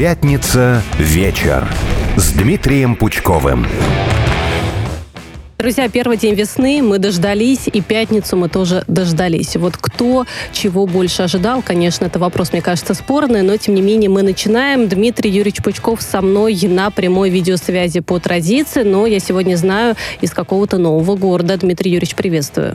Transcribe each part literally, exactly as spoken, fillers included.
Пятница вечер с Дмитрием Пучковым. Друзья, первый день весны мы дождались, и пятницу мы тоже дождались. Вот кто чего больше ожидал, конечно, это вопрос, мне кажется, спорный, но тем не менее мы начинаем. Дмитрий Юрьевич Пучков со мной на прямой видеосвязи по традиции, но я сегодня знаю из какого-то нового города. Дмитрий Юрьевич, приветствую.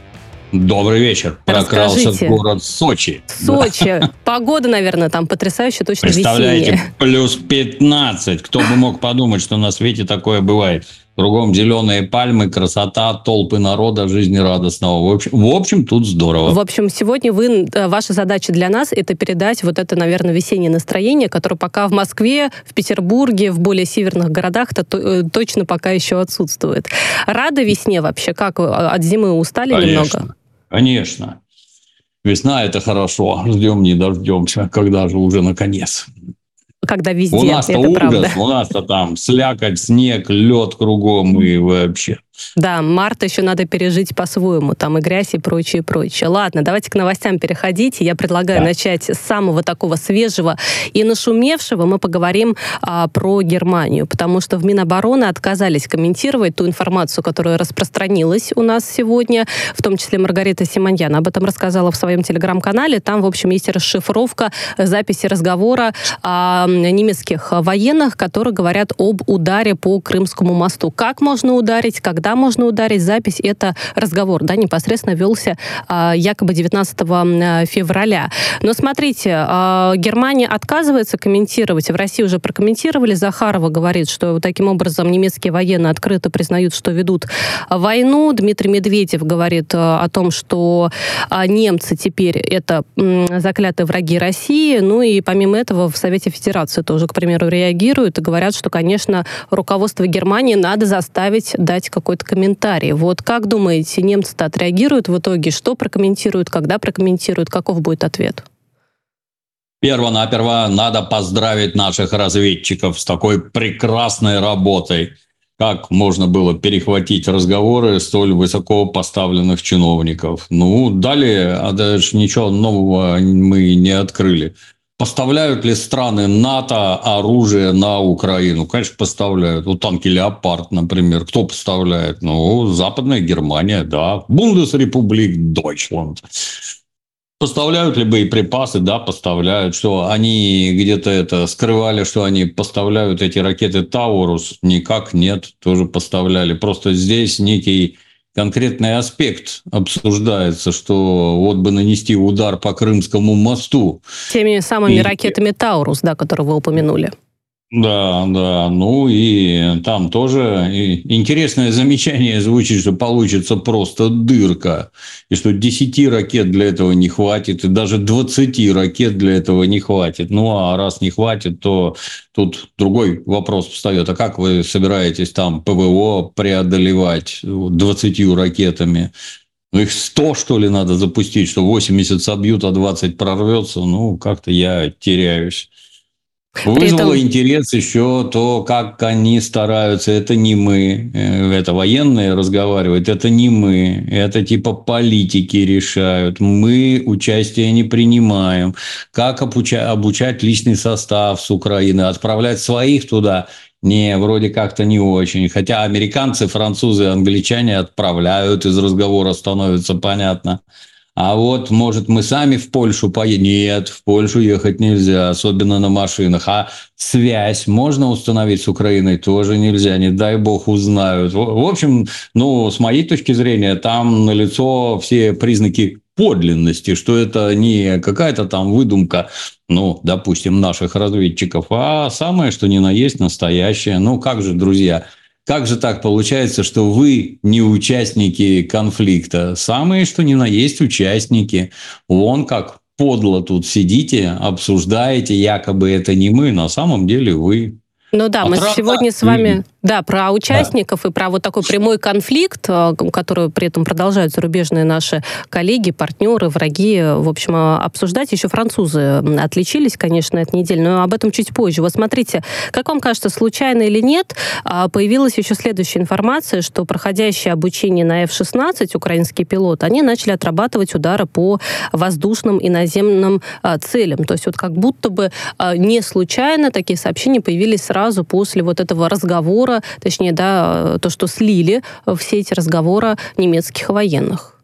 Добрый вечер. Прокрался в город Сочи. Сочи. Да. Погода, наверное, там потрясающая, точно Представляете, весенняя. плюс пятнадцать. Кто бы мог подумать, что на свете такое бывает. Кругом зеленые пальмы, красота, толпы народа жизнерадостного. В общем, в общем, тут здорово. В общем, сегодня вы, ваша задача для нас – это передать вот это, наверное, весеннее настроение, которое пока в Москве, в Петербурге, в более северных городах-то точно пока еще отсутствует. Рады весне вообще? Как, от зимы устали Конечно, немного? Конечно. Весна – это хорошо. Ждем, не дождемся. Когда же уже наконец? Когда везде, у нас-то это ужас, правда. У нас-то там слякоть, снег, лед кругом и вообще. Да, март еще надо пережить по-своему, там и грязь, и прочее, прочее. Ладно, давайте к новостям переходить. Я предлагаю да. начать с самого такого свежего и нашумевшего. Мы поговорим а, про Германию, потому что в Минобороны отказались комментировать ту информацию, которая распространилась у нас сегодня, в том числе Маргарита Симоньян об этом рассказала в своем телеграм-канале. Там, в общем, есть расшифровка записи разговора а, немецких военных, которые говорят об ударе по Крымскому мосту. Как можно ударить, когда можно ударить, запись, это разговор, да, непосредственно велся а, якобы девятнадцатого февраля. Но смотрите, а, Германия отказывается комментировать, в России уже прокомментировали, Захарова говорит, что таким образом немецкие военные открыто признают, что ведут войну. Дмитрий Медведев говорит а, о том, что а, немцы теперь это м, заклятые враги России, ну и помимо этого в Совете Федерации тоже, к примеру, реагируют и говорят, что, конечно, руководство Германии надо заставить дать какой-то комментарий. Вот как думаете, немцы-то отреагируют в итоге? Что прокомментируют, когда прокомментируют? Каков будет ответ? Перво-наперво надо поздравить наших разведчиков с такой прекрасной работой. Как можно было перехватить разговоры столь высоко поставленных чиновников? Ну, далее, а даже ничего нового мы не открыли. Поставляют ли страны НАТО оружие на Украину? Конечно, поставляют. Вот танки «Леопард», например. Кто поставляет? Ну, Западная Германия, да. Бундесрепублик Дойчланд. Поставляют ли боеприпасы? Да, поставляют. Что они где-то это скрывали, что они поставляют эти ракеты «Таурус»? Никак нет. Тоже поставляли. Просто здесь некий конкретный аспект обсуждается, что вот бы нанести удар по Крымскому мосту. Теми самыми и... ракетами «Таурус», да, которые вы упомянули. Да, да, ну и там тоже интересное замечание звучит, что получится просто дырка, и что десяти ракет для этого не хватит, и даже двадцати ракет для этого не хватит. Ну, а раз не хватит, то тут другой вопрос встает. А как вы собираетесь там ПВО преодолевать двадцатью ракетами? Ну, их сто, что ли, надо запустить, что восемьдесят собьют, а двадцать прорвется? Ну, как-то я теряюсь. Вызвало этом... интерес еще то, как они стараются. Это не мы, это военные разговаривают, это не мы, это типа политики решают. Мы участия не принимаем. Как обучать, обучать личный состав с Украины, отправлять своих туда? Не, вроде как-то не очень. Хотя американцы, французы, англичане отправляют, из разговора становится понятно. А вот, может, мы сами в Польшу поедем? Нет, в Польшу ехать нельзя, особенно на машинах. А связь можно установить с Украиной? Тоже нельзя, не дай бог узнают. В общем, ну, с моей точки зрения, там налицо все признаки подлинности, что это не какая-то там выдумка, ну, допустим, наших разведчиков, а самое, что ни на есть, настоящее. Ну, как же, друзья... Как же так получается, что вы не участники конфликта? Самые, что ни на есть, участники. Вон как подло тут сидите, обсуждаете, якобы это не мы, на самом деле вы. Ну да, а мы трата... сегодня с вами, да, про участников да. и про вот такой прямой конфликт, который при этом продолжают зарубежные наши коллеги, партнеры, враги, в общем, обсуждать. Еще французы отличились, конечно, этой неделе, но об этом чуть позже. Вот смотрите, как вам кажется, случайно или нет, появилась еще следующая информация, что проходящие обучение на эф шестнадцать украинские пилоты, они начали отрабатывать удары по воздушным и наземным целям. То есть вот как будто бы не случайно такие сообщения появились сразу сразу после вот этого разговора, точнее, да, то, что слили все эти разговоры немецких военных.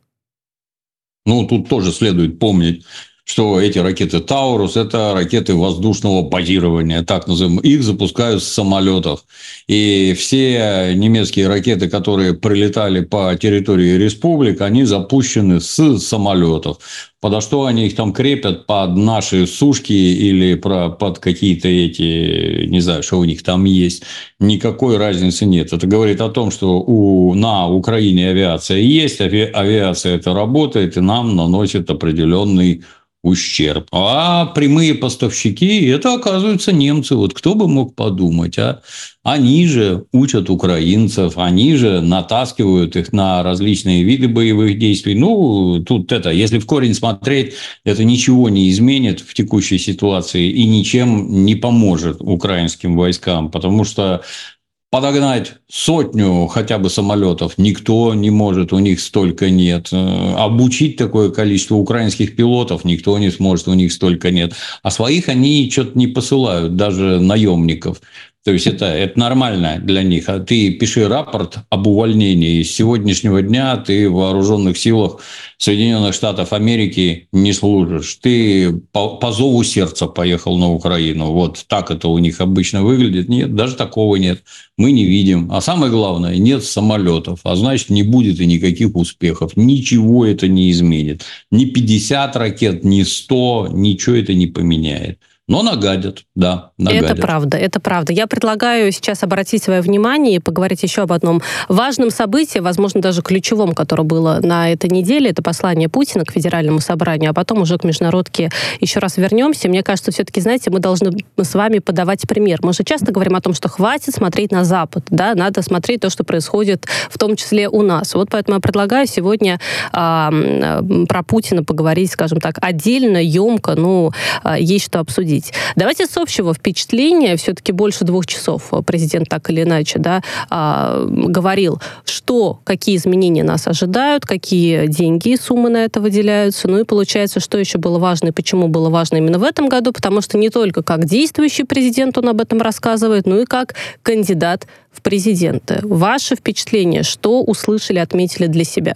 Ну, тут тоже следует помнить, что эти ракеты «Таурус» – это ракеты воздушного базирования, так называемые. Их запускают с самолетов. И все немецкие ракеты, которые прилетали по территории республик, они запущены с самолетов. Подо что они их там крепят? Под наши сушки или под какие-то эти, не знаю, что у них там есть. Никакой разницы нет. Это говорит о том, что у, на Украине авиация есть, авиация это работает, и нам наносит определенный ущерб. А прямые поставщики – это, оказывается, немцы. Вот кто бы мог подумать, а? Они же учат украинцев, они же натаскивают их на различные виды боевых действий. Ну, тут это, если в корень смотреть, это ничего не изменит в текущей ситуации и ничем не поможет украинским войскам, потому что подогнать сотню хотя бы самолетов никто не может, у них столько нет. Обучить такое количество украинских пилотов никто не сможет, у них столько нет. А своих они что-то не посылают, даже наемников. То есть, это, это нормально для них. А ты пиши рапорт об увольнении. С сегодняшнего дня ты в вооруженных силах Соединенных Штатов Америки не служишь. Ты по, по зову сердца поехал на Украину. Вот так это у них обычно выглядит. Нет, даже такого нет. Мы не видим. А самое главное, нет самолетов. А значит, не будет и никаких успехов. Ничего это не изменит. Ни пятьдесят ракет, ни сто, ничего это не поменяет. Но нагадят, да, нагадят. Это правда, это правда. Я предлагаю сейчас обратить свое внимание и поговорить еще об одном важном событии, возможно, даже ключевом, которое было на этой неделе. Это послание Путина к Федеральному собранию, а потом уже к международке еще раз вернемся. Мне кажется, все-таки, знаете, мы должны с вами подавать пример. Мы же часто говорим о том, что хватит смотреть на Запад, да, надо смотреть то, что происходит в том числе у нас. Вот поэтому я предлагаю сегодня э, про Путина поговорить, скажем так, отдельно, емко, ну, э, есть что обсудить. Давайте с общего впечатления, все-таки больше двух часов президент так или иначе, да, говорил, что, какие изменения нас ожидают, какие деньги и суммы на это выделяются. Ну и получается, что еще было важно и почему было важно именно в этом году, потому что не только как действующий президент он об этом рассказывает, но и как кандидат в президенты. Ваши впечатления, что услышали, отметили для себя?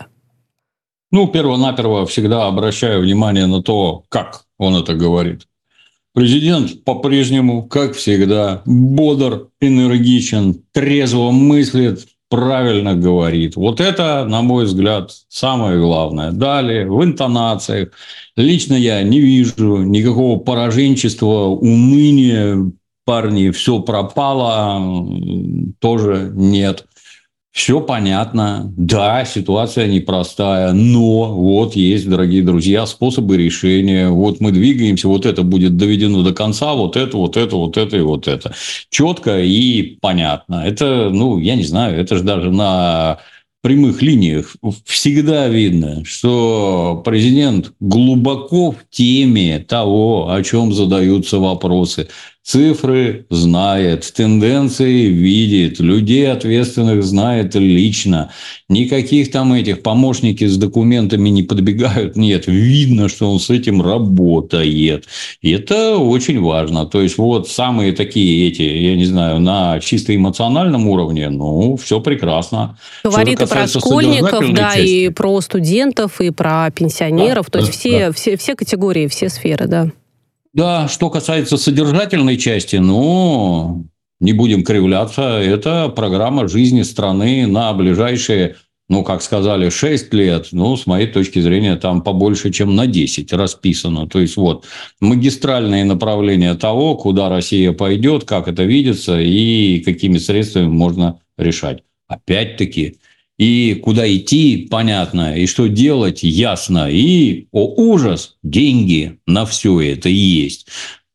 Ну, перво-наперво всегда обращаю внимание на то, как он это говорит. Президент по-прежнему, как всегда, бодр, энергичен, трезво мыслит, правильно говорит. Вот это, на мой взгляд, самое главное. Далее, в интонациях. Лично я не вижу никакого пораженчества, уныния. Парни, все пропало, тоже нет. Все понятно. Да, ситуация непростая, но вот есть, дорогие друзья, способы решения. Вот мы двигаемся, вот это будет доведено до конца, вот это, вот это, вот это и вот это. Четко и понятно. Это, ну, я не знаю, это же даже на прямых линиях всегда видно, что президент глубоко в теме того, о чем задаются вопросы. Цифры знает, тенденции видит, людей ответственных знает лично. Никаких там этих помощники с документами не подбегают. Нет, видно, что он с этим работает. И это очень важно. То есть, вот самые такие эти, я не знаю, на чисто эмоциональном уровне, ну, все прекрасно. Говорит и про школьников, да, части. И про студентов, и про пенсионеров. Да, то есть, да, все, да. все, все категории, все сферы, да. Да, что касается содержательной части, ну, не будем кривляться, это программа жизни страны на ближайшие, ну, как сказали, шесть лет, ну, с моей точки зрения, там побольше, чем на десять расписано. То есть, вот, магистральные направления того, куда Россия пойдет, как это видится и какими средствами можно решать. Опять-таки, и куда идти, понятно, и что делать, ясно. И, о ужас, деньги на все это есть.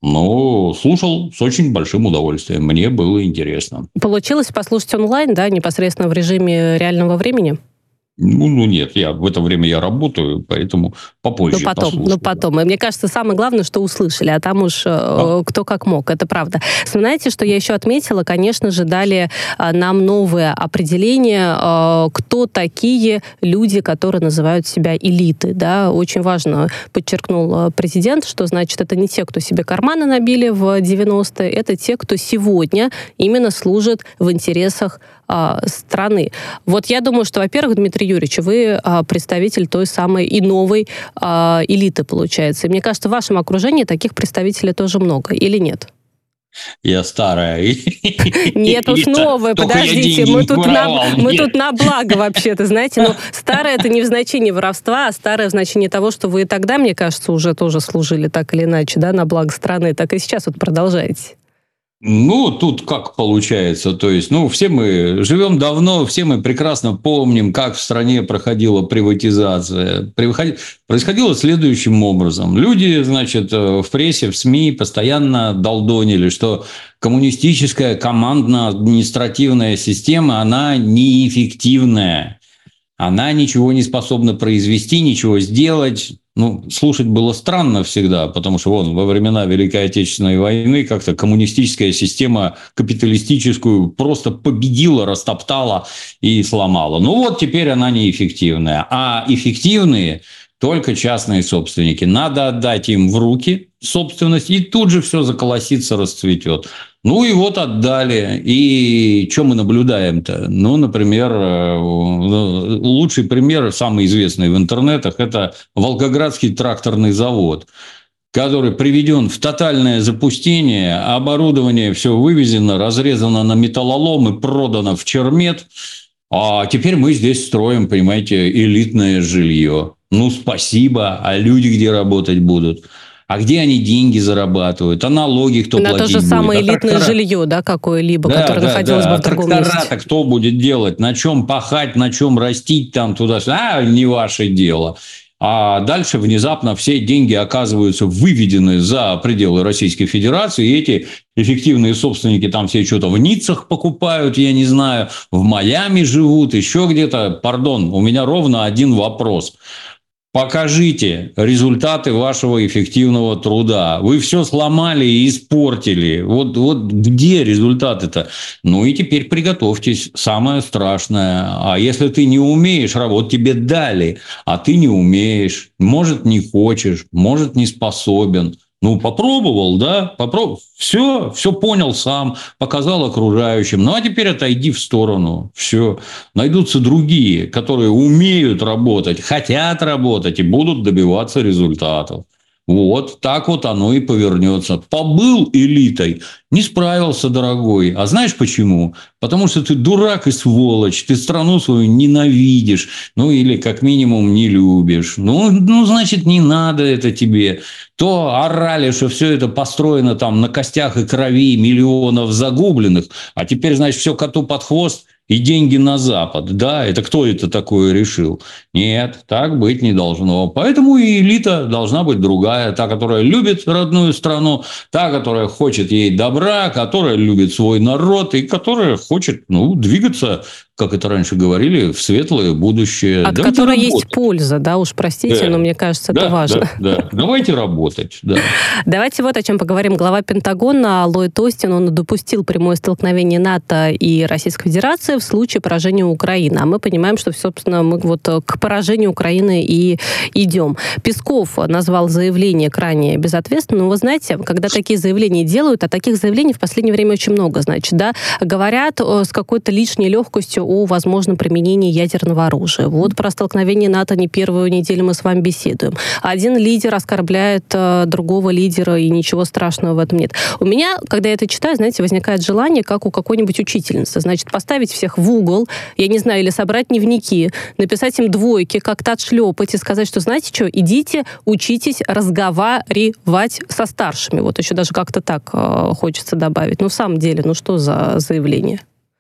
Но слушал с очень большим удовольствием. Мне было интересно. Получилось послушать онлайн, да, непосредственно в режиме реального времени? Ну, ну нет, я в это время я работаю, поэтому попозже Ну, потом, послушаю. ну, потом. И мне кажется, самое главное, что услышали, а там уж да. кто как мог, это правда. Знаете, что я еще отметила? Конечно же, дали нам новое определение, кто такие люди, которые называют себя элитой. Да? Очень важно, подчеркнул президент, что, значит, это не те, кто себе карманы набили в девяностые, это те, кто сегодня именно служит в интересах страны. Вот я думаю, что, во-первых, Дмитрий Юрьевич, вы представитель той самой и новой элиты, получается. И мне кажется, в вашем окружении таких представителей тоже много, или нет? Я старая. Нет, уж новая, подождите, мы тут, на, мы тут на благо вообще-то, знаете, но старая это не в значении воровства, а старая в значении того, что вы и тогда, мне кажется, уже тоже служили так или иначе, да, на благо страны, так и сейчас вот продолжаете. Ну, тут как получается, то есть, ну, все мы живем давно, все мы прекрасно помним, как в стране проходила приватизация. Происходило следующим образом. Люди, значит, в прессе, в СМИ постоянно долдонили, что коммунистическая командно-административная система, она неэффективная. Она ничего не способна произвести, ничего сделать. Ну, слушать было странно всегда, потому что вон, во времена Великой Отечественной войны как-то коммунистическая система капиталистическую просто победила, растоптала и сломала. Ну вот теперь она неэффективная. А эффективные только частные собственники. Надо отдать им в руки собственность, и тут же все заколосится, расцветет. Ну и вот отдали. И что мы наблюдаем-то? Ну, например, лучший пример, самый известный в интернетах, это Волгоградский тракторный завод, который приведен в тотальное запустение, оборудование все вывезено, разрезано на металлолом и продано в Чермет. А теперь мы здесь строим, понимаете, элитное жилье. Ну, спасибо, а люди где работать будут? А где они деньги зарабатывают? А налоги кто платить будет? На то же самое а элитное трактора... жилье, да, какое-либо, да, которое да, находилось да. бы в другом месте. А трактора-то кто будет делать? На чем пахать, на чем растить там туда-сюда? А, не ваше дело. А дальше внезапно все деньги оказываются выведены за пределы Российской Федерации, и эти эффективные собственники там все что-то в Ниццах покупают, я не знаю, в Майами живут, еще где-то. Пардон, у меня ровно один вопрос. Покажите результаты вашего эффективного труда. Вы все сломали и испортили. Вот, вот где результаты-то? Ну и теперь приготовьтесь. Самое страшное. А если ты не умеешь работать, тебе дали, а ты не умеешь. Может, не хочешь, может, не способен. Ну, попробовал, да, попробовал. Все, все понял сам, показал окружающим. Ну, а теперь отойди в сторону. Все. Найдутся другие, которые умеют работать, хотят работать и будут добиваться результатов. Вот так вот оно и повернется. Побыл элитой, не справился, дорогой. А знаешь почему? Потому что ты дурак и сволочь, ты страну свою ненавидишь, ну или как минимум не любишь. Ну, ну значит, не надо это тебе. То орали, что все это построено там на костях и крови миллионов загубленных, а теперь, значит, все коту под хвост. И деньги на Запад. Да, это кто это такое решил? Нет, так быть не должно. Поэтому и элита должна быть другая. Та, которая любит родную страну, та, которая хочет ей добра, которая любит свой народ и которая хочет, ну, двигаться, как это раньше говорили, в светлое будущее. От Давайте которой работать. Есть польза, да, уж простите, да. но мне кажется, да, это важно. Да, да. Давайте работать. Да. Давайте вот о чем поговорим. Глава Пентагона Ллойд Остин, он допустил прямое столкновение НАТО и Российской Федерации в случае поражения Украины. А мы понимаем, что, собственно, мы вот к поражению Украины и идем. Песков назвал заявление крайне безответственным. Но вы знаете, когда такие заявления делают, а таких заявлений в последнее время очень много, значит, да, говорят с какой-то лишней легкостью о возможном применении ядерного оружия. Вот про столкновение НАТО не первую неделю мы с вами беседуем. Один лидер оскорбляет э, другого лидера, и ничего страшного в этом нет. У меня, когда я это читаю, знаете, возникает желание, как у какой-нибудь учительницы, значит, поставить всех в угол, я не знаю, или собрать дневники, написать им двойки, как-то отшлепать и сказать, что, знаете что, идите, учитесь разговаривать со старшими. Вот еще даже как-то так э, хочется добавить. Ну, в самом деле, ну что за заявление?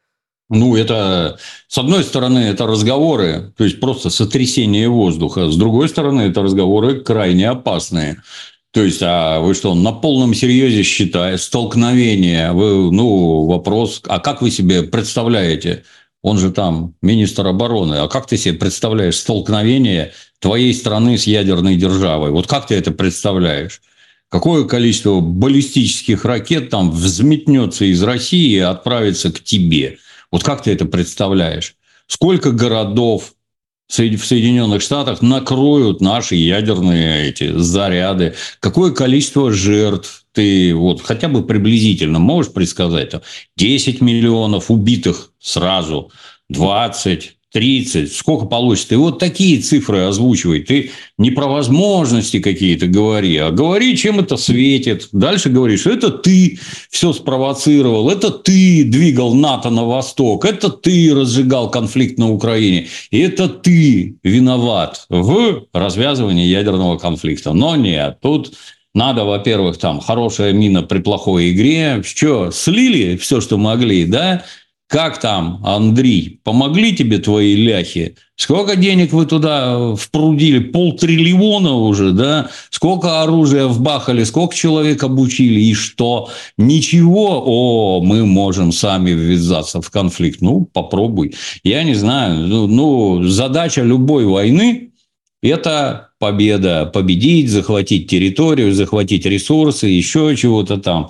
Ну, это, с одной стороны, это разговоры, то есть просто сотрясение воздуха. С другой стороны, это разговоры крайне опасные. То есть, а вы что, на полном серьезе считаете столкновение? Вы, ну, вопрос, а как вы себе представляете? Он же там министр обороны. А как ты себе представляешь столкновение твоей страны с ядерной державой? Вот как ты это представляешь? Какое количество баллистических ракет там взметнется из России и отправится к тебе? Вот как ты это представляешь? Сколько городов в Соединенных Штатах накроют наши ядерные эти заряды? Какое количество жертв ты вот хотя бы приблизительно можешь предсказать? Там, десять миллионов убитых сразу, двадцать, тридцать, сколько получится? Ты вот такие цифры озвучивай. Ты не про возможности какие-то говори, а говори, чем это светит. Дальше говоришь, что это ты все спровоцировал, это ты двигал НАТО на восток, это ты разжигал конфликт на Украине, и это ты виноват в развязывании ядерного конфликта. Но нет, тут надо, во-первых, там хорошая мина при плохой игре. Что, слили все, что могли, да? Как там, Андрей, помогли тебе твои ляхи? Сколько денег вы туда впрудили? Полтриллиона уже, да? Сколько оружия вбахали? Сколько человек обучили? И что? Ничего? О, мы можем сами ввязаться в конфликт. Ну, попробуй. Я не знаю. Ну, ну задача любой войны – это победа. Победить, захватить территорию, захватить ресурсы, еще чего-то там.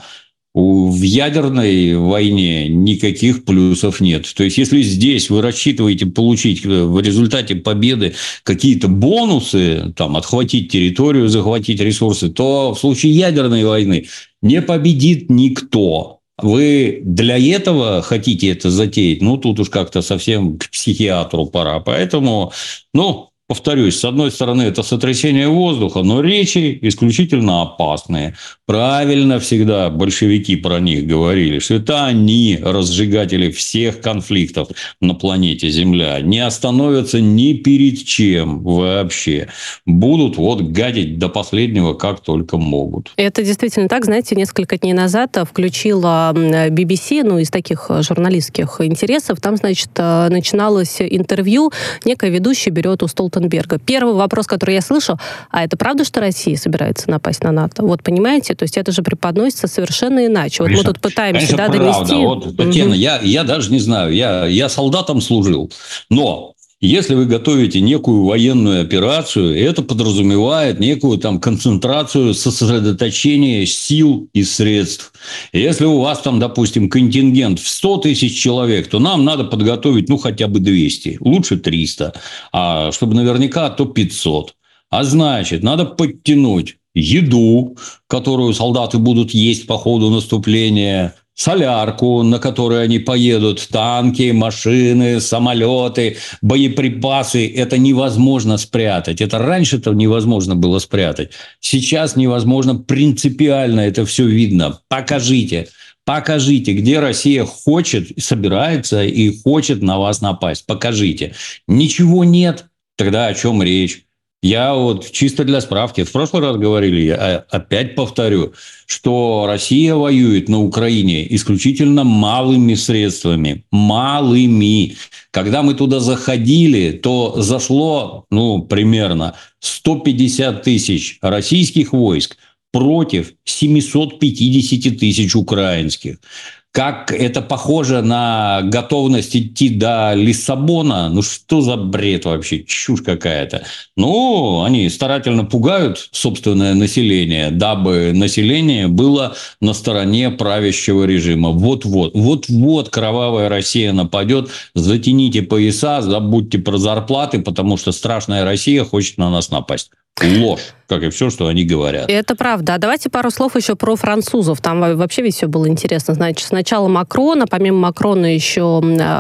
В ядерной войне никаких плюсов нет. То есть, если здесь вы рассчитываете получить в результате победы какие-то бонусы, там, отхватить территорию, захватить ресурсы, то в случае ядерной войны не победит никто. Вы для этого хотите это затеять? Ну, тут уж как-то совсем к психиатру пора. Поэтому, ну... Повторюсь, с одной стороны, это сотрясение воздуха, но речи исключительно опасные. Правильно всегда большевики про них говорили, что это они разжигатели всех конфликтов на планете Земля. Не остановятся ни перед чем вообще. Будут вот гадить до последнего, как только могут. Это действительно так. Знаете, несколько дней назад включила би би си, ну, из таких журналистских интересов. Там, значит, начиналось интервью. Некая ведущая берет у Столтенберга. Первый вопрос, который я слышу, а это правда, что Россия собирается напасть на НАТО? Вот, понимаете? То есть это же преподносится совершенно иначе. Вот конечно, мы тут пытаемся, да, донести... Вот, Татьяна, угу. я, я даже не знаю. Я, я солдатом служил. Но если вы готовите некую военную операцию, это подразумевает некую там концентрацию, сосредоточение сил и средств. Если у вас там, допустим, контингент в сто тысяч человек, то нам надо подготовить, ну, хотя бы двести, лучше триста, а чтобы наверняка, то пятьсот. А значит, надо подтянуть еду, которую солдаты будут есть по ходу наступления, солярку, на которой они поедут, танки, машины, самолеты, боеприпасы. Это невозможно спрятать. Это раньше-то невозможно было спрятать. Сейчас невозможно, принципиально это все видно. Покажите. Покажите, где Россия хочет, собирается и хочет на вас напасть. Покажите. Ничего нет. Тогда о чем речь? Я вот чисто для справки, в прошлый раз говорили, я опять повторю, что Россия воюет на Украине исключительно малыми средствами. Малыми. Когда мы туда заходили, то зашло, ну, примерно сто пятьдесят тысяч российских войск против семьсот пятьдесят тысяч украинских. Как это похоже на готовность идти до Лиссабона? Ну, что за бред вообще? Чушь какая-то. Ну, они старательно пугают собственное население, дабы население было на стороне правящего режима. Вот-вот, вот-вот кровавая Россия нападет. Затяните пояса, забудьте про зарплаты, потому что страшная Россия хочет на нас напасть. Ложь, как и все, что они говорят. Это правда. А давайте пару слов еще про французов. Там вообще ведь все было интересно. Значит, сначала Макрона, помимо Макрона еще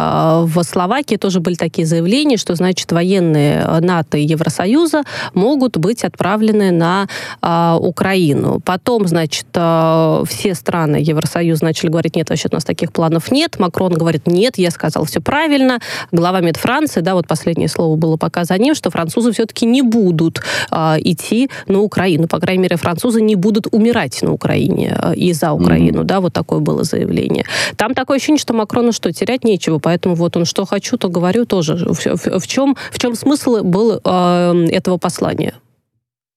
в Словакии тоже были такие заявления, что, значит, военные НАТО и Евросоюза могут быть отправлены на а, Украину. Потом, значит, а, все страны Евросоюза начали говорить, нет, вообще у нас таких планов нет. Макрон говорит, нет, я сказал все правильно. Глава МИД Франции, да, вот последнее слово было пока за ним, что французы все-таки не будут а, идти на Украину. По крайней мере, французы не будут умирать на Украине и за Украину. Mm-hmm. Да, вот такое было заявление. Там такое ощущение, что Макрону что, терять нечего, поэтому вот он что хочу, то говорю тоже. В, в, в, чем, в чем смысл был э, этого послания?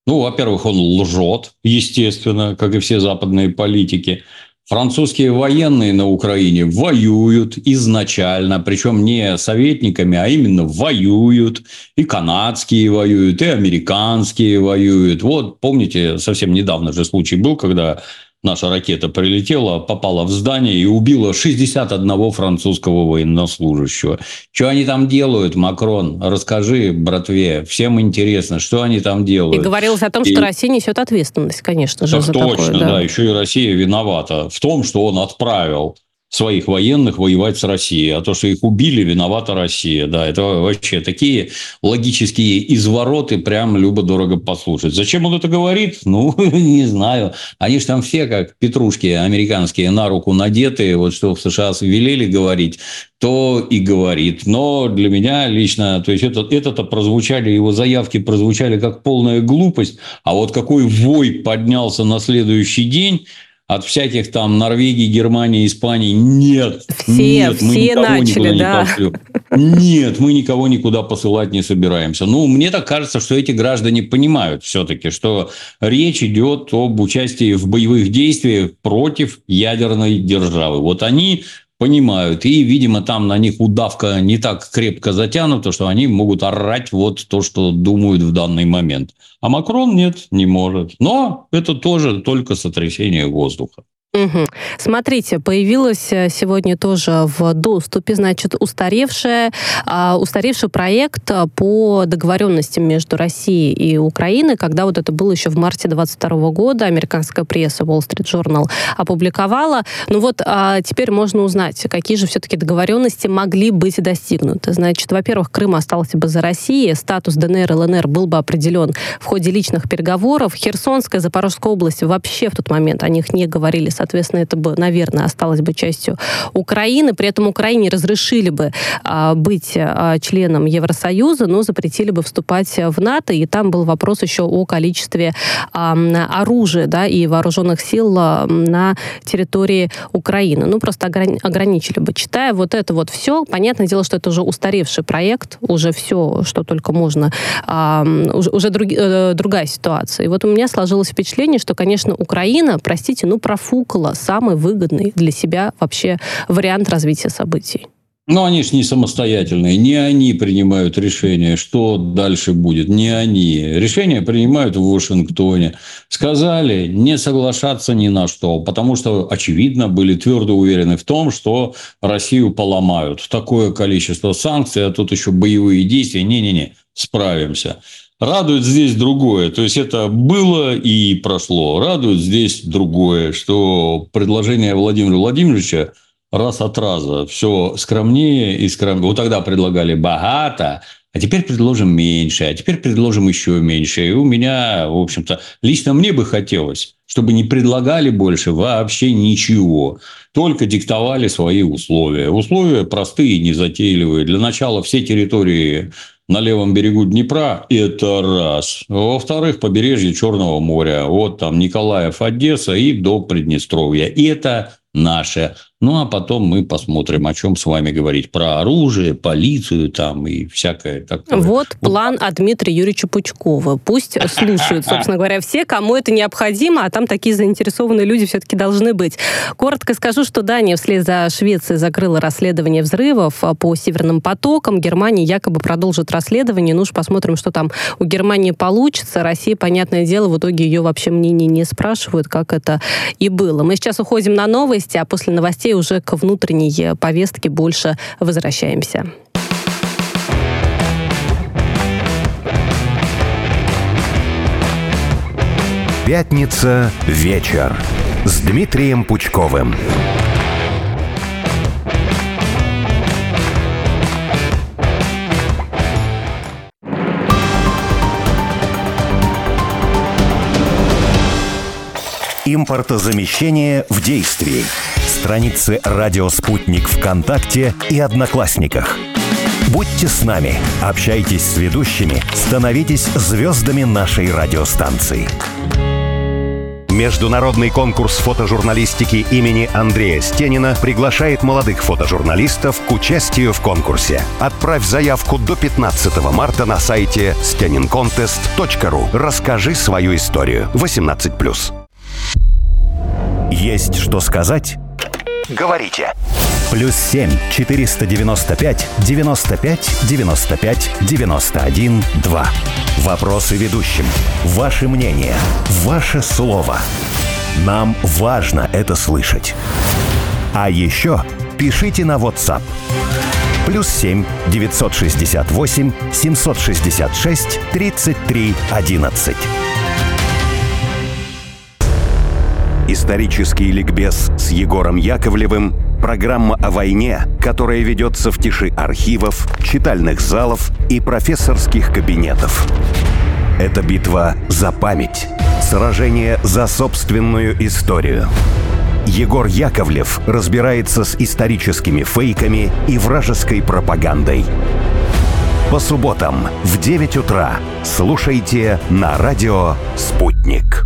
Ну, во-первых, он лжет, естественно, как и все западные политики. Французские военные на Украине воюют изначально, причем не советниками, а именно воюют. И канадские воюют, и американские воюют. Вот, помните, совсем недавно же случай был, когда наша ракета прилетела, попала в здание и убила шестьдесят одного французского военнослужащего. Что они там делают, Макрон? Расскажи, братве, всем интересно, что они там делают. И говорилось о том, и... что Россия несет ответственность, конечно же, так за точно, такое. Да. да, еще и Россия виновата в том, что он отправил своих военных воевать с Россией. А то, что их убили, виновата Россия. Да, это вообще такие логические извороты, прям любо-дорого послушать. Зачем он это говорит? Ну, не знаю. Они же там все, как петрушки американские, на руку надеты. Вот что в США велели говорить, то и говорит. Но для меня лично, то есть это, это-то прозвучали, его заявки прозвучали как полная глупость. А вот какой вой поднялся на следующий день от всяких там Норвегии, Германии, Испании. Нет, все, нет, все мы никого начали, никуда да. не пошлем. Нет, мы никого никуда посылать не собираемся. Ну, мне так кажется, что эти граждане понимают все-таки, что речь идет об участии в боевых действиях против ядерной державы. Вот они понимают. И, видимо, там на них удавка не так крепко затянута, что они могут орать вот то, что думают в данный момент. А Макрон нет, не может. Но это тоже только сотрясение воздуха. Угу. Смотрите, появилась сегодня тоже в доступе, значит, устаревшая, uh, устаревший проект по договоренностям между Россией и Украиной, когда вот это было еще в марте двадцать второго года, американская пресса Wall Street Journal опубликовала. Ну вот uh, теперь можно узнать, какие же все-таки договоренности могли быть достигнуты. Значит, во-первых, Крым остался бы за Россией, статус ДНР и ЛНР был бы определен в ходе личных переговоров. Херсонская, Запорожская область вообще в тот момент о них не говорили, соответственно, это бы, наверное, осталось бы частью Украины. При этом Украине разрешили бы а, быть а, членом Евросоюза, но запретили бы вступать в НАТО. И там был вопрос еще о количестве а, оружия, да, и вооруженных сил а, на территории Украины. Ну, просто ограни- ограничили бы. Читая вот это вот все, понятное дело, что это уже устаревший проект, уже все, что только можно, а, уже, уже друг, э, другая ситуация. И вот у меня сложилось впечатление, что, конечно, Украина, простите, ну, профукала самый выгодный для себя вообще вариант развития событий. Но они же не самостоятельные. Не они принимают решение, что дальше будет. Не они. Решения принимают в Вашингтоне. Сказали не соглашаться ни на что. Потому что, очевидно, были твердо уверены в том, что Россию поломают. Такое количество санкций, а тут еще боевые действия. Не-не-не, справимся. Радует здесь другое. То есть, это было и прошло. Радует здесь другое, что предложение Владимира Владимировича раз от раза все скромнее и скромнее. Вот тогда предлагали богато, а теперь предложим меньше, а теперь предложим еще меньше. И у меня, в общем-то, лично мне бы хотелось, чтобы не предлагали больше вообще ничего. Только диктовали свои условия. Условия простые, незатейливые. Для начала все территории на левом берегу Днепра – это раз. Во-вторых, побережье Черного моря. Вот там Николаев, Одесса и до Приднестровья. И это наше. Ну, а потом мы посмотрим, о чем с вами говорить. Про оружие, полицию там и всякое такое. Вот план от Дмитрия Юрьевича Пучкова. Пусть слушают, собственно говоря, все, кому это необходимо, а там такие заинтересованные люди все-таки должны быть. Коротко скажу, что Дания вслед за Швецией закрыла расследование взрывов по Северным потокам. Германия якобы продолжит расследование. Ну уж посмотрим, что там у Германии получится. Россия, понятное дело, в итоге ее вообще мнение не спрашивают, как это и было. Мы сейчас уходим на новости, а после новостей уже к внутренней повестке больше возвращаемся. Пятница. Вечер. С Дмитрием Пучковым. Импортозамещение в действии. Страницы «Радио Спутник» ВКонтакте и Одноклассниках. Будьте с нами, общайтесь с ведущими, становитесь звездами нашей радиостанции. Международный конкурс фотожурналистики имени Андрея Стенина приглашает молодых фотожурналистов к участию в конкурсе. Отправь заявку до пятнадцатого марта на сайте стенин контест точка ру. Расскажи свою историю. восемнадцать плюс. Есть что сказать? Говорите. Плюс семь четыреста девяносто пять девяносто пять девяносто пять девяносто один два. Вопросы ведущим. Ваше мнение. Ваше слово. Нам важно это слышать. А еще пишите на WhatsApp. Плюс семь девятьсот шестьдесят восемь семьсот шестьдесят шесть тридцать три одиннадцать. Исторический ликбез с Егором Яковлевым. Программа о войне, которая ведется в тиши архивов, читальных залов и профессорских кабинетов. Это битва за память, сражение за собственную историю. Егор Яковлев разбирается с историческими фейками и вражеской пропагандой. По субботам в девять утра слушайте на радио «Спутник».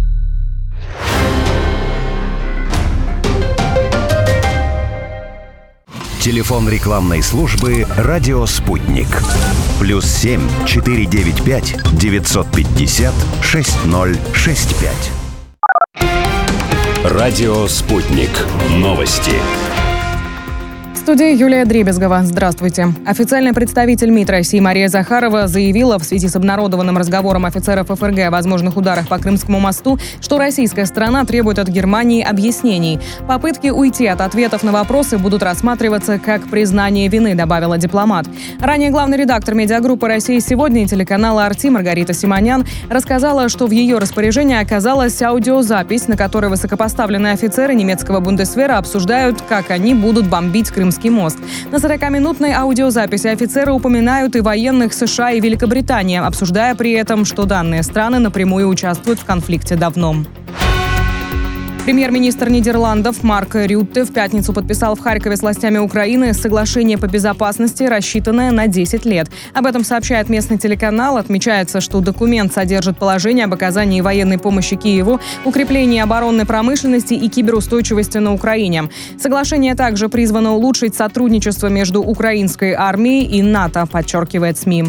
Телефон рекламной службы «Радио Спутник». Плюс семь четыре девять пять девятьсот пятьдесят шесть ноль шесть пять. Радио Спутник. Новости. В студии Юлия Дребезгова. Здравствуйте. Официальный представитель МИД России Мария Захарова заявила в связи с обнародованным разговором офицеров ФРГ о возможных ударах по Крымскому мосту, что российская сторона требует от Германии объяснений. Попытки уйти от ответов на вопросы будут рассматриваться как признание вины, добавила дипломат. Ранее главный редактор медиагруппы «Россия сегодня» и телеканала «Арти» Маргарита Симонян рассказала, что в ее распоряжении оказалась аудиозапись, на которой высокопоставленные офицеры немецкого Бундесвера обсуждают, как они будут бомбить Крымский мост. На сорокаминутной аудиозаписи офицеры упоминают и военных США и Великобритании, обсуждая при этом, что данные страны напрямую участвуют в конфликте давно. Премьер-министр Нидерландов Марк Рютте в пятницу подписал в Харькове с властями Украины соглашение по безопасности, рассчитанное на десять лет. Об этом сообщает местный телеканал. Отмечается, что документ содержит положение об оказании военной помощи Киеву, укреплении оборонной промышленности и киберустойчивости на Украине. Соглашение также призвано улучшить сотрудничество между украинской армией и НАТО, подчеркивает СМИ.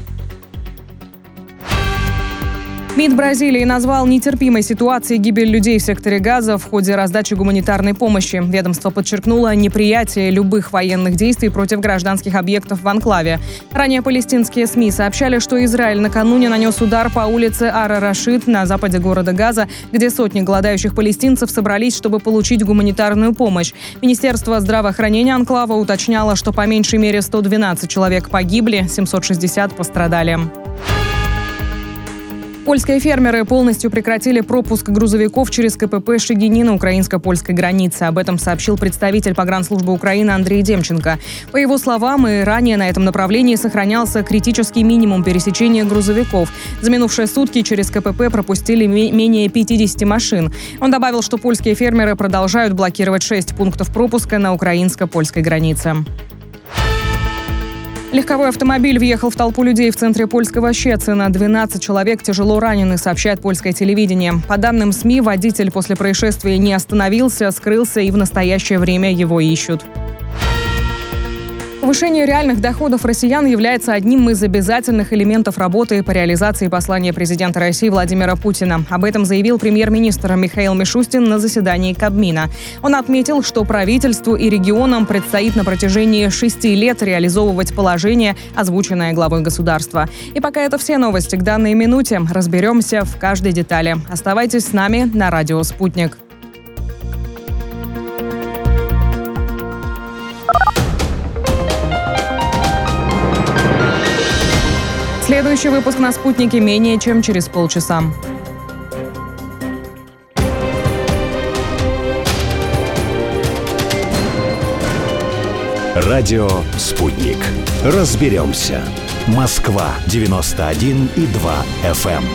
МИД Бразилии назвал нетерпимой ситуацией гибель людей в секторе Газа в ходе раздачи гуманитарной помощи. Ведомство подчеркнуло неприятие любых военных действий против гражданских объектов в анклаве. Ранее палестинские СМИ сообщали, что Израиль накануне нанес удар по улице Ар-Рашид на западе города Газа, где сотни голодающих палестинцев собрались, чтобы получить гуманитарную помощь. Министерство здравоохранения анклава уточняло, что по меньшей мере сто двенадцать человек погибли, семьсот шестьдесят пострадали. Польские фермеры полностью прекратили пропуск грузовиков через КПП Шегини на украинско-польской границе. Об этом сообщил представитель погранслужбы Украины Андрей Демченко. По его словам, и ранее на этом направлении сохранялся критический минимум пересечения грузовиков. За минувшие сутки через КПП пропустили менее пятьдесят машин. Он добавил, что польские фермеры продолжают блокировать шесть пунктов пропуска на украинско-польской границе. Легковой автомобиль въехал в толпу людей в центре польского Щецина. двенадцать человек тяжело ранены, сообщает польское телевидение. По данным СМИ, водитель после происшествия не остановился, скрылся, и в настоящее время его ищут. Повышение реальных доходов россиян является одним из обязательных элементов работы по реализации послания президента России Владимира Путина. Об этом заявил премьер-министр Михаил Мишустин на заседании Кабмина. Он отметил, что правительству и регионам предстоит на протяжении шести лет реализовывать положение, озвученное главой государства. И пока это все новости к данной минуте. Разберемся в каждой детали. Оставайтесь с нами на радио «Спутник». Следующий выпуск на «Спутнике» менее чем через полчаса. Радио «Спутник». Разберемся. Москва девяносто один и два эф эм.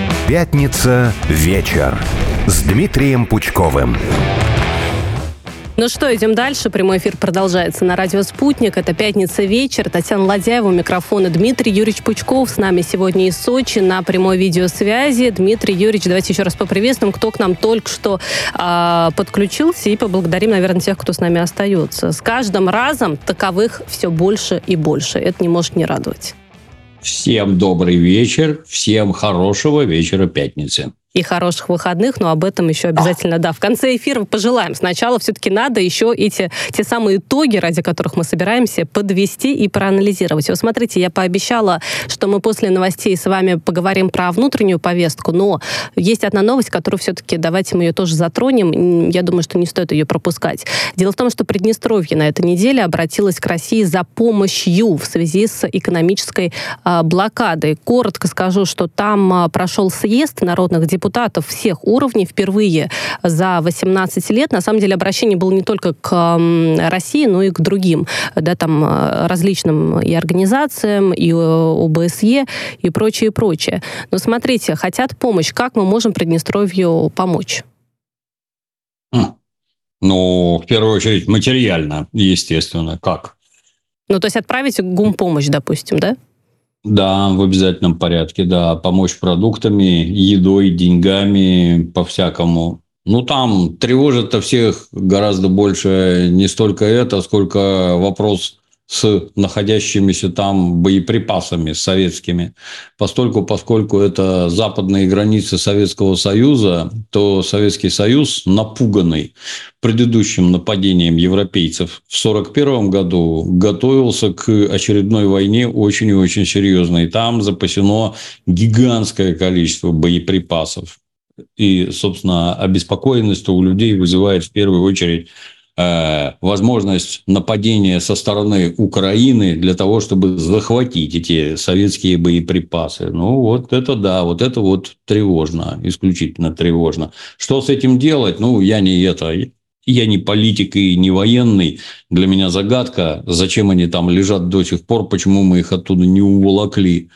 Пятница. Вечер. С Дмитрием Пучковым. Ну что, идем дальше. Прямой эфир продолжается на радио «Спутник». Это пятница вечер. Татьяна Ладяева, у микрофона Дмитрий Юрьевич Пучков. С нами сегодня из Сочи на прямой видеосвязи. Дмитрий Юрьевич, давайте еще раз поприветствуем, кто к нам только что э, подключился, и поблагодарим, наверное, тех, кто с нами остается. С каждым разом таковых все больше и больше. Это не может не радовать. Всем добрый вечер, всем хорошего вечера пятницы. И хороших выходных, но об этом еще обязательно, да, в конце эфира пожелаем. Сначала все-таки надо еще эти те самые итоги, ради которых мы собираемся, подвести и проанализировать. Вот смотрите, я пообещала, что мы после новостей с вами поговорим про внутреннюю повестку, но есть одна новость, которую все-таки давайте мы ее тоже затронем. Я думаю, что не стоит ее пропускать. Дело в том, что Приднестровье на этой неделе обратилось к России за помощью в связи с экономической а, блокадой. Коротко скажу, что там а, прошел съезд народных депутатов, депутатов всех уровней впервые за восемнадцать лет. На самом деле обращение было не только к России, но и к другим, да, там, различным и организациям, и о бэ эс е, и прочее, и прочее. Но смотрите, хотят помощь. Как мы можем Приднестровью помочь? Ну, в первую очередь, материально, естественно. Как? Ну, то есть отправить гумпомощь, допустим, да? Да, в обязательном порядке, да. Помочь продуктами, едой, деньгами, по-всякому. Ну, там тревожит-то всех гораздо больше не столько это, сколько вопрос с находящимися там боеприпасами советскими. Постольку, поскольку это западные границы Советского Союза, то Советский Союз, напуганный предыдущим нападением европейцев в сорок первом году, готовился к очередной войне очень и очень серьезной. Там запасено гигантское количество боеприпасов. И, собственно, обеспокоенность у людей вызывает в первую очередь возможность нападения со стороны Украины для того, чтобы захватить эти советские боеприпасы. Ну, вот это да, вот это вот тревожно, исключительно тревожно. Что с этим делать? Ну, я не это... Я не политик и не военный. Для меня загадка, зачем они там лежат до сих пор, почему мы их оттуда не уволокли.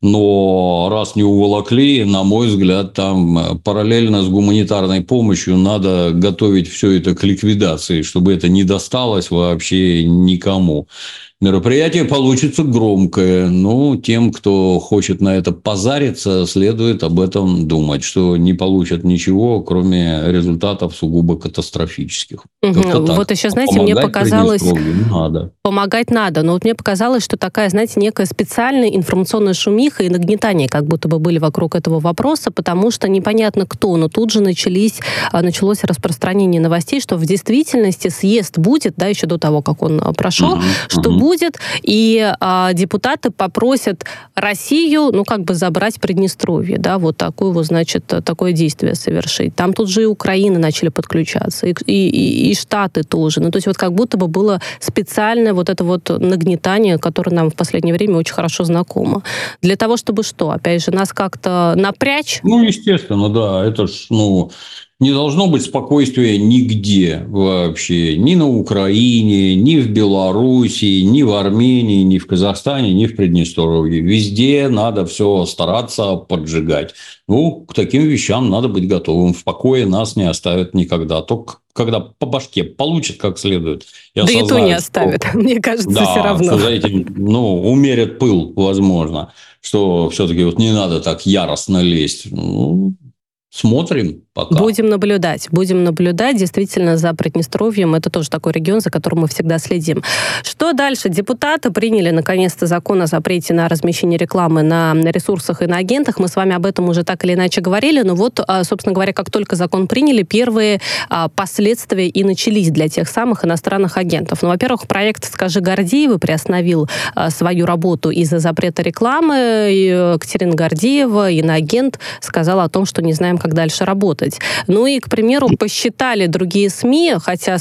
Но раз не уволокли, на мой взгляд, там параллельно с гуманитарной помощью надо готовить все это к ликвидации, чтобы это не досталось вообще никому. Мероприятие получится громкое, но тем, кто хочет на это позариться, следует об этом думать, что не получат ничего, кроме результатов сугубо катастрофических. Угу. Вот еще, знаете, помогать мне показалось... Надо. Помогать надо, но вот мне показалось, что такая, знаете, некая специальная информационная шумиха и нагнетание как будто бы были вокруг этого вопроса, потому что непонятно кто, но тут же начались, началось распространение новостей, что в действительности съезд будет, да, еще до того, как он прошел, угу. что угу. будет, и а, депутаты попросят Россию, ну, как бы забрать Приднестровье, да, вот такое вот, значит, такое действие совершить. Там тут же и Украина начали подключаться, и, и, и Штаты тоже. Ну, то есть вот как будто бы было специальное вот это вот нагнетание, которое нам в последнее время очень хорошо знакомо. Для того, чтобы что? Опять же, нас как-то напрячь? Ну, естественно, да. Это ж, ну... Не должно быть спокойствия нигде вообще. Ни на Украине, ни в Белоруссии, ни в Армении, ни в Казахстане, ни в Приднестровье. Везде надо все стараться поджигать. Ну, к таким вещам надо быть готовым. В покое нас не оставят никогда. Только когда по башке получат как следует. Да и то не оставят, что... мне кажется, да, все равно. Что за этим, ну, умерят пыл, возможно. Что все-таки вот не надо так яростно лезть. Ну, смотрим пока. Будем наблюдать. Будем наблюдать действительно за Приднестровьем. Это тоже такой регион, за которым мы всегда следим. Что дальше? Депутаты приняли, наконец-то, закон о запрете на размещение рекламы на ресурсах и на агентах. Мы с вами об этом уже так или иначе говорили. Но вот, собственно говоря, как только закон приняли, первые последствия и начались для тех самых иностранных агентов. Ну, во-первых, проект «Скажи Гордеевой» приостановил свою работу из-за запрета рекламы. И Катерина Гордеева, иноагент, сказала о том, что не знаем, как дальше работать. Ну и, к примеру, посчитали другие СМИ, хотя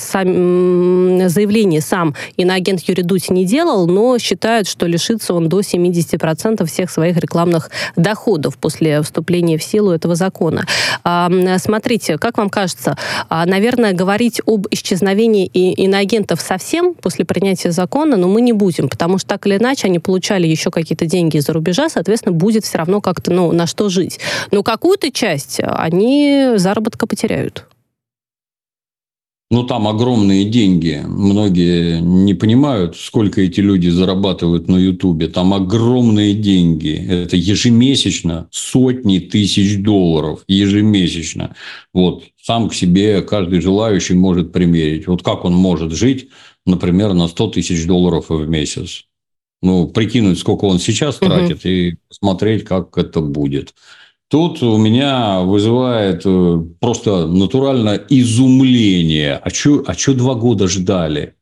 сам, заявление сам иноагент Юрий Дудь не делал, но считают, что лишится он до семьдесят процентов всех своих рекламных доходов после вступления в силу этого закона. А, смотрите, как вам кажется, наверное, говорить об исчезновении иноагентов совсем после принятия закона, но мы не будем, потому что так или иначе они получали еще какие-то деньги из-за рубежа, соответственно, будет все равно как-то, ну, на что жить. Но какую-то часть они заработка потеряют. Ну, там огромные деньги. Многие не понимают, сколько эти люди зарабатывают на Ютубе. Там огромные деньги. Это ежемесячно сотни тысяч долларов. Ежемесячно. Вот. Сам к себе каждый желающий может примерить. Вот как он может жить, например, на сто тысяч долларов в месяц. Ну, прикинуть, сколько он сейчас тратит, угу. и посмотреть, как это будет. Тут у меня вызывает просто натурально изумление. А что а чё два года ждали?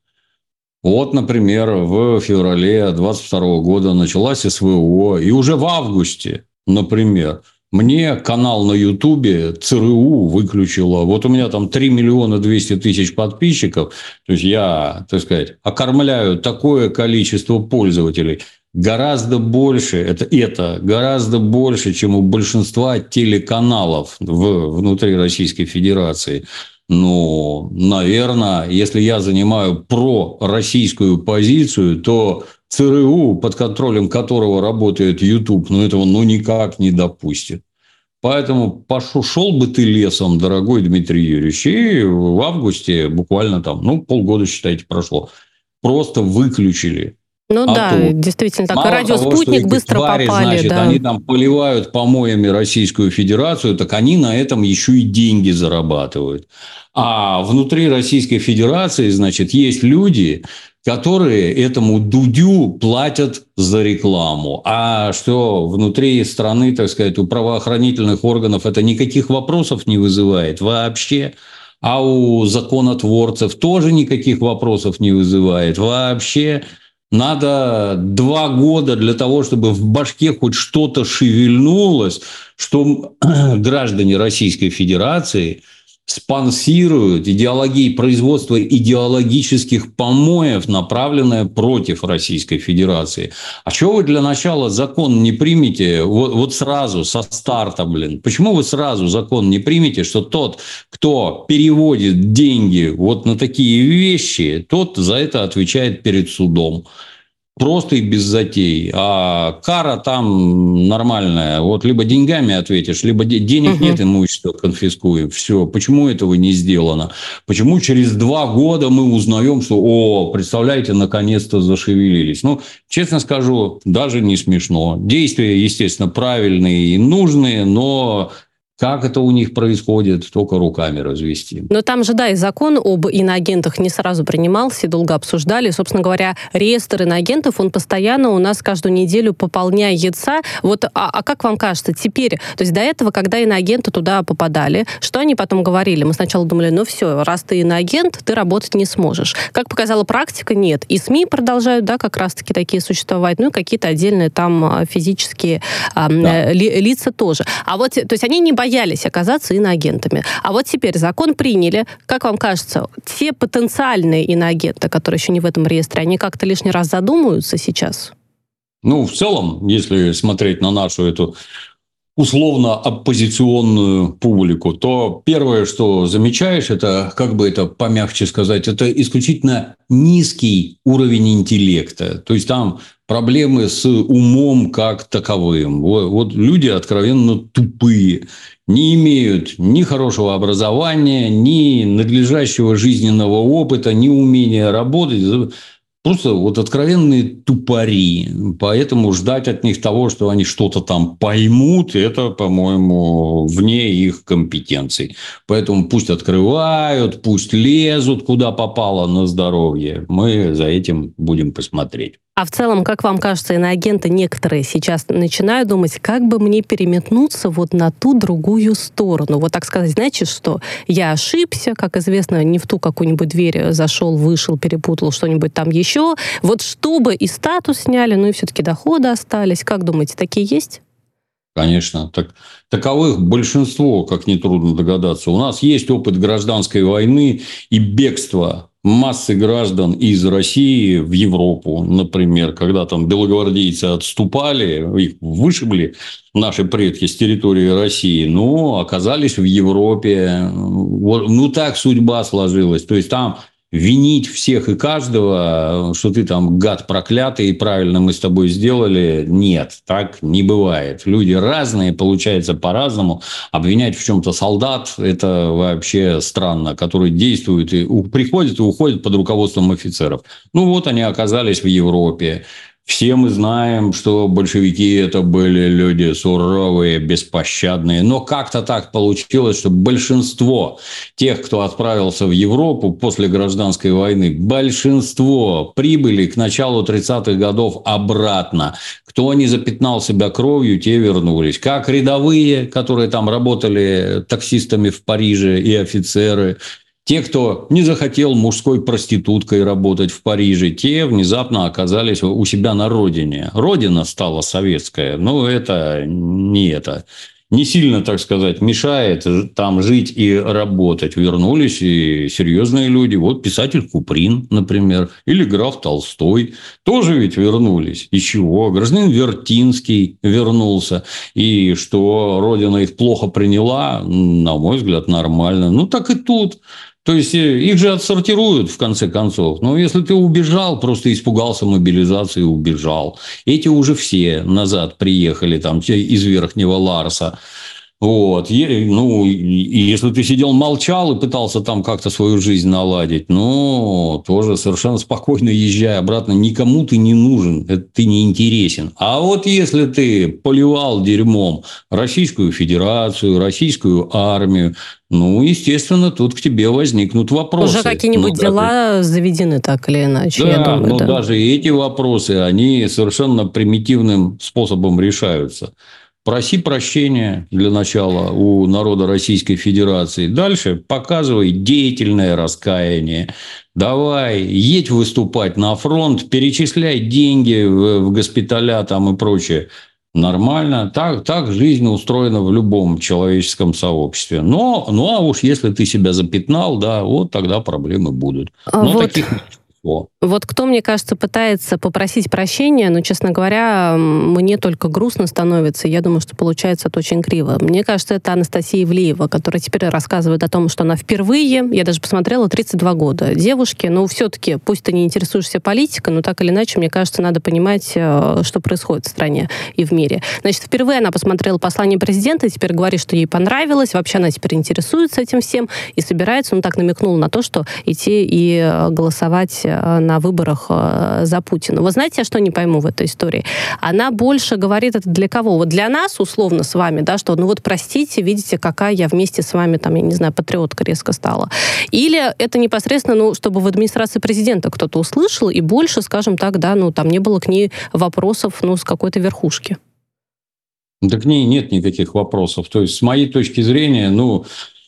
Вот, например, в феврале двадцать второго года началась СВО. И уже в августе, например, мне канал на Ютубе ЦРУ выключило. Вот у меня там три миллиона двести тысяч подписчиков. То есть, я, так сказать, окормляю такое количество пользователей. Гораздо больше, это, это гораздо больше, чем у большинства телеканалов в, внутри Российской Федерации. Ну, наверное, если я занимаю пророссийскую позицию, то ЦРУ, под контролем которого работает YouTube, ну, этого ну никак не допустит. Поэтому пошел, шел бы ты лесом, дорогой Дмитрий Юрьевич, и в августе буквально там, ну, полгода, считайте, прошло. Просто выключили. Ну а да, то, действительно, так. Радио того, «Спутник» быстро твари, попали. Значит, да. Они там поливают помоями Российскую Федерацию, так они на этом еще и деньги зарабатывают. А внутри Российской Федерации, значит, есть люди, которые этому Дудю платят за рекламу. А что внутри страны, так сказать, у правоохранительных органов это никаких вопросов не вызывает вообще. А у законотворцев тоже никаких вопросов не вызывает вообще. Надо два года для того, чтобы в башке хоть что-то шевельнулось, что граждане Российской Федерации спонсируют идеологии, производство идеологических помоев, направленное против Российской Федерации. А чего вы для начала закон не примете вот, вот сразу, со старта, блин? Почему вы сразу закон не примете, что тот, кто переводит деньги вот на такие вещи, тот за это отвечает перед судом? Просто и без затей. А кара там нормальная. Вот либо деньгами ответишь, либо денег угу. нет, имущество конфискуем. Все. Почему этого не сделано? Почему через два года мы узнаем, что, о, представляете, наконец-то зашевелились? Ну, честно скажу, даже не смешно. Действия, естественно, правильные и нужные, но... Как это у них происходит, только руками развести. Но там же, да, и закон об иноагентах не сразу принимался, долго обсуждали. Собственно говоря, реестр иноагентов, он постоянно у нас каждую неделю пополняется. Вот, а, а как вам кажется, теперь, то есть до этого, когда иноагенты туда попадали, что они потом говорили? Мы сначала думали, ну все, раз ты иноагент, ты работать не сможешь. Как показала практика, нет. И СМИ продолжают, да, как раз-таки такие существовать, ну и какие-то отдельные там физические а, да. ли, лица тоже. А вот, то есть они не боятся боялись оказаться иноагентами. А вот теперь закон приняли. Как вам кажется, те потенциальные иноагенты, которые еще не в этом реестре, они как-то лишний раз задумаются сейчас? Ну, в целом, если смотреть на нашу эту условно оппозиционную публику, то первое, что замечаешь, это, как бы это помягче сказать, это исключительно низкий уровень интеллекта. То есть, там проблемы с умом как таковым. Вот, вот люди откровенно тупые, не имеют ни хорошего образования, ни надлежащего жизненного опыта, ни умения работать. Просто вот откровенные тупари. Поэтому ждать от них того, что они что-то там поймут, это, по-моему, вне их компетенций. Поэтому пусть открывают, пусть лезут, куда попало на здоровье. Мы за этим будем посмотреть. А в целом, как вам кажется, иноагенты некоторые сейчас начинают думать, как бы мне переметнуться вот на ту другую сторону. Вот так сказать, знаете что? Я ошибся, как известно, не в ту какую-нибудь дверь зашел, вышел, перепутал что-нибудь там еще. Вот чтобы и статус сняли, ну и все-таки доходы остались. Как думаете, такие есть? Конечно. Так, таковых большинство, как нетрудно догадаться. У нас есть опыт гражданской войны и бегства массы граждан из России в Европу, например, когда там белогвардейцы отступали, их вышибли наши предки с территории России, но оказались в Европе. Вот, ну, так судьба сложилась. То есть, там винить всех и каждого, что ты там гад проклятый и правильно мы с тобой сделали, нет, так не бывает. Люди разные, получается по-разному. Обвинять в чем-то солдат – это вообще странно, которые действуют и приходят и уходят под руководством офицеров. Ну вот они оказались в Европе. Все мы знаем, что большевики – это были люди суровые, беспощадные. Но как-то так получилось, что большинство тех, кто отправился в Европу после гражданской войны, большинство прибыли к началу тридцатых годов обратно. Кто не запятнал себя кровью, те вернулись. Как рядовые, которые там работали таксистами в Париже, и офицеры. Те, кто не захотел мужской проституткой работать в Париже, те внезапно оказались у себя на родине. Родина стала советская, но это не это. Не сильно, так сказать, мешает там жить и работать. Вернулись и серьезные люди. Вот писатель Куприн, например, или граф Толстой. Тоже ведь вернулись. И чего? Гражданин Вертинский вернулся. И что родина их плохо приняла, на мой взгляд, нормально. Ну, так и тут. То есть, их же отсортируют, в конце концов. Но если ты убежал, просто испугался мобилизации и убежал. Эти уже все назад приехали, там, те из Верхнего Ларса. Вот. Ну, и если ты сидел, молчал и пытался там как-то свою жизнь наладить, ну, тоже совершенно спокойно езжай обратно. Никому ты не нужен, это ты не интересен. А вот если ты поливал дерьмом Российскую Федерацию, Российскую армию, ну, естественно, тут к тебе возникнут вопросы. Уже какие-нибудь ну, дела даже... заведены так или иначе, да, я думаю. Но да, но даже эти вопросы, они совершенно примитивным способом решаются. Проси прощения для начала у народа Российской Федерации. Дальше показывай деятельное раскаяние. Давай, едь выступать на фронт, перечисляй деньги в, в госпиталя там и прочее. Нормально. Так, так жизнь устроена в любом человеческом сообществе. Но, ну, а уж если ты себя запятнал, да, вот тогда проблемы будут. Но вот. таких... Вот кто, мне кажется, пытается попросить прощения, но, честно говоря, мне только грустно становится. Я думаю, что получается это очень криво. Мне кажется, это Анастасия Ивлеева, которая теперь рассказывает о том, что она впервые, я даже посмотрела, тридцать два года девушке, но все-таки, пусть ты не интересуешься политикой, но так или иначе, мне кажется, надо понимать, что происходит в стране и в мире. Значит, впервые она посмотрела послание президента, и теперь говорит, что ей понравилось, вообще она теперь интересуется этим всем и собирается, ну так намекнула на то, что идти и голосовать на выборах за Путина. Вы знаете, я что не пойму в этой истории? Она больше говорит это для кого? Вот для нас, условно, с вами, да, что, ну вот, простите, видите, какая я вместе с вами, там, я не знаю, патриотка резко стала. Или это непосредственно, ну, чтобы в администрации президента кто-то услышал, и больше, скажем так, да, ну, там не было к ней вопросов, ну, с какой-то верхушки. Да к ней нет никаких вопросов. То есть, с моей точки зрения, ну,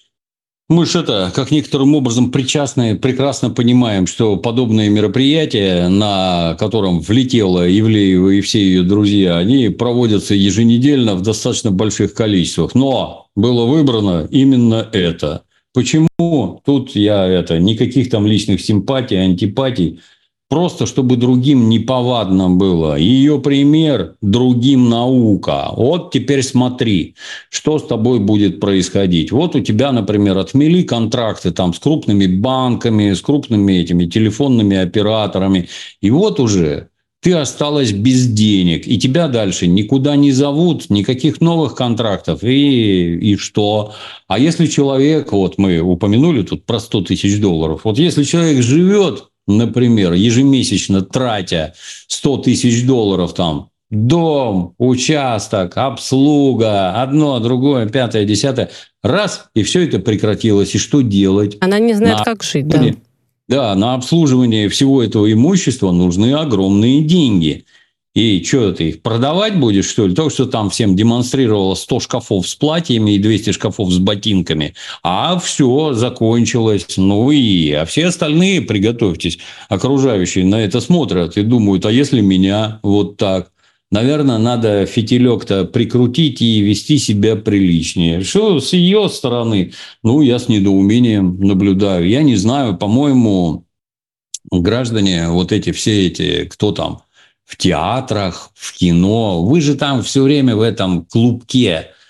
мы же это, как некоторым образом причастны, прекрасно понимаем, что подобные мероприятия, на котором влетела Ивлеева и все ее друзья, они проводятся еженедельно в достаточно больших количествах. Но было выбрано именно это. Почему? Тут я это, никаких там личных симпатий, антипатий. Просто, чтобы другим неповадно было. Ее пример, другим наука. Вот теперь смотри, что с тобой будет происходить. Вот у тебя, например, отмели контракты там, с крупными банками, с крупными этими телефонными операторами. И вот уже ты осталась без денег. И тебя дальше никуда не зовут, никаких новых контрактов. И, и что? А если человек, вот мы упомянули тут про сто тысяч долларов. Вот если человек живет... Например, ежемесячно тратя сто тысяч долларов там, дом, участок, обслуга, одно, другое, пятое, десятое, раз, и все это прекратилось. И что делать? Она не знает, на... как жить, да. Да, на обслуживание всего этого имущества нужны огромные деньги. И что ты их продавать будешь, что ли? То, что там всем демонстрировало сто шкафов с платьями и двести шкафов с ботинками. А все закончилось. Ну и а все остальные, приготовьтесь, окружающие на это смотрят и думают, а если меня вот так? Наверное, надо фитилек-то прикрутить и вести себя приличнее. Что с ее стороны? Ну, я с недоумением наблюдаю. Я не знаю, по-моему, граждане, вот эти все эти, кто там, в театрах, в кино. Вы же там все время в этом клубке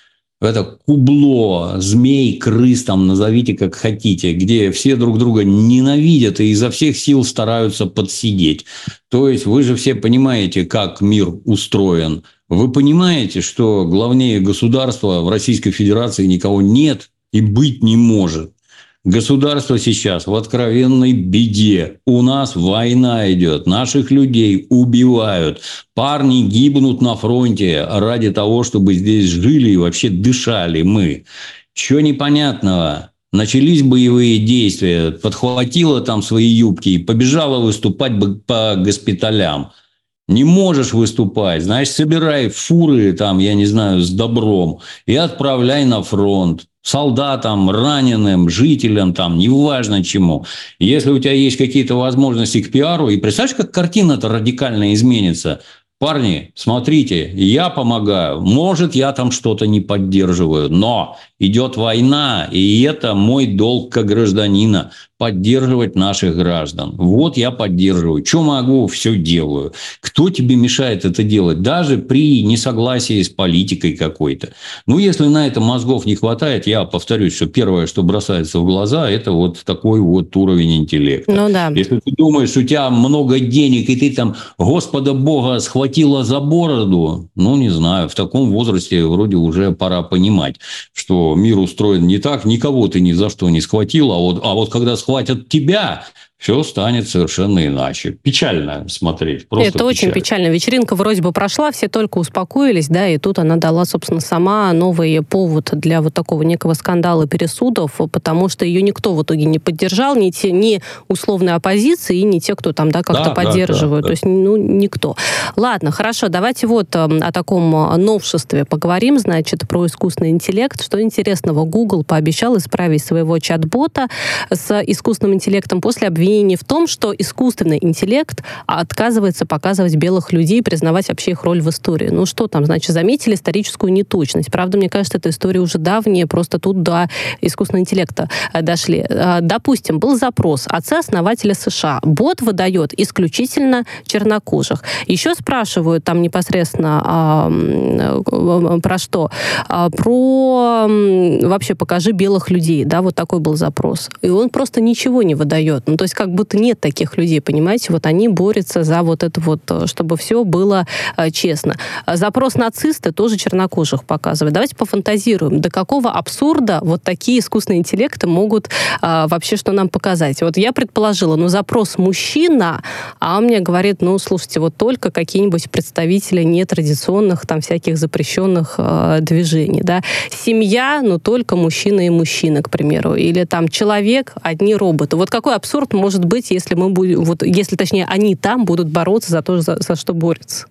это кубло, змей, крыс, там, назовите как хотите, где все друг друга ненавидят и изо всех сил стараются подсидеть. То есть вы же все понимаете, как мир устроен. Вы понимаете, что главнее государства в Российской Федерации никого нет и быть не может. Государство сейчас в откровенной беде. У нас война идет, наших людей убивают. Парни гибнут на фронте ради того, чтобы здесь жили и вообще дышали мы. Чего непонятного? Начались боевые действия, подхватила там свои юбки и побежала выступать по госпиталям. Не можешь выступать, значит, собирай фуры, там, я не знаю, с добром и отправляй на фронт. Солдатам, раненым, жителям, там, неважно чему. Если у тебя есть какие-то возможности к пиару, и представляешь, как картина-то радикально изменится. Парни, смотрите, я помогаю. Может, я там что-то не поддерживаю, но идет война, и это мой долг как гражданина – поддерживать наших граждан. Вот я поддерживаю. Что могу, все делаю. Кто тебе мешает это делать? Даже при несогласии с политикой какой-то. Ну, если на это мозгов не хватает, я повторюсь, что первое, что бросается в глаза, это вот такой вот уровень интеллекта. Ну, да. Если ты думаешь, у тебя много денег, и ты там Господа Бога схватила за бороду, ну, не знаю, в таком возрасте вроде уже пора понимать, что мир устроен не так, никого ты ни за что не схватил, а вот, а вот когда схватят тебя, все станет совершенно иначе. Печально смотреть. Просто это очень печально. печально. Вечеринка вроде бы прошла, все только успокоились, да, и тут она дала, собственно, сама новый повод для вот такого некого скандала пересудов, потому что ее никто в итоге не поддержал, ни, те, ни условная оппозиция, и ни те, кто там, да, как-то да, поддерживают. Да, да, да. То есть, ну, никто. Ладно, хорошо, давайте вот о таком новшестве поговорим, значит, про искусственный интеллект. Что интересного, Google пообещал исправить своего чат-бота с искусственным интеллектом после обвинения в том, что искусственный интеллект отказывается показывать белых людей, признавать вообще их роль в истории. Ну что там, значит, заметили историческую неточность. Правда, мне кажется, эта история уже давняя, просто тут до искусственного интеллекта дошли. Допустим, был запрос отца-основателя США. Бот выдает исключительно чернокожих. Еще спрашивают там непосредственно а, про что? А, про вообще покажи белых людей. Да, вот такой был запрос. И он просто ничего не выдает. Ну, то есть как будто нет таких людей, понимаете? Вот они борются за вот это вот, чтобы все было э, честно. Запрос нацисты тоже чернокожих показывает. Давайте пофантазируем, до какого абсурда вот такие искусственные интеллекты могут э, вообще что нам показать. Вот я предположила, ну, запрос мужчина, а он мне говорит, ну, слушайте, вот только какие-нибудь представители нетрадиционных, там, всяких запрещенных э, движений, да. Семья, ну, только мужчина и мужчина, к примеру. Или там человек, одни роботы. Вот какой абсурд может быть, если мы будем, вот, если, точнее, они там будут бороться за то, за, за что борются?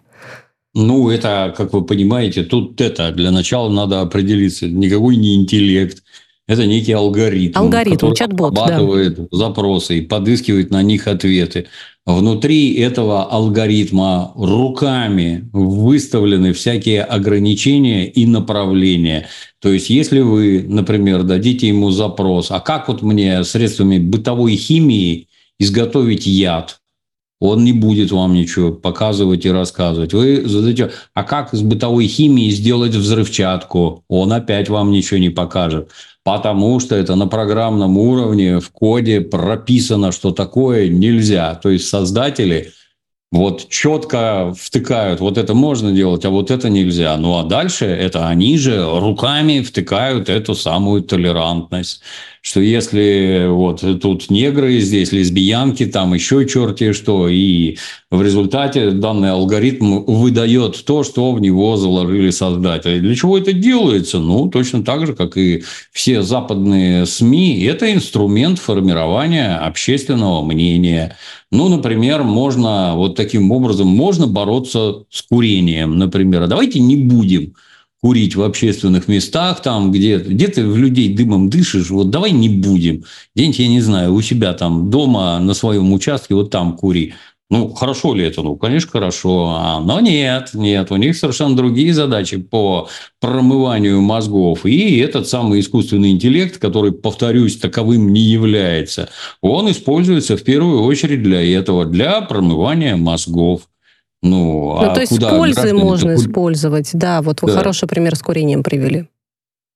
Ну, это, как вы понимаете, тут это, для начала надо определиться. Никакой не интеллект. Это некий алгоритм, алгоритм который чат-бот, обрабатывает да. запросы и подыскивает на них ответы. Внутри этого алгоритма руками выставлены всякие ограничения и направления. То есть, если вы, например, дадите ему запрос, а как вот мне средствами бытовой химии изготовить яд, он не будет вам ничего показывать и рассказывать. Вы задаете, а как с бытовой химией сделать взрывчатку, он опять вам ничего не покажет. Потому что это на программном уровне в коде прописано, что такое нельзя. То есть создатели вот четко втыкают, вот это можно делать, а вот это нельзя. Ну а дальше это они же руками втыкают эту самую толерантность. Что если вот тут негры, здесь лесбиянки, там еще черти что, и в результате данный алгоритм выдает то, что в него заложили создатели. Для чего это делается? Ну, точно так же, как и все западные СМИ, это инструмент формирования общественного мнения. Ну, например, можно вот таким образом, можно бороться с курением, например. А давайте не будем курить в общественных местах, там, где, где ты в людей дымом дышишь, вот давай не будем. Где-нибудь, я не знаю, у себя там дома на своем участке, вот там кури. Ну, хорошо ли это? Ну, конечно, хорошо. А, но нет, нет, у них совершенно другие задачи по промыванию мозгов. И этот самый искусственный интеллект, который, повторюсь, таковым не является, он используется в первую очередь для этого, для промывания мозгов. Ну, ну а то есть куда с пользой граждане, можно куда... использовать, да, вот вы да. хороший пример с курением привели.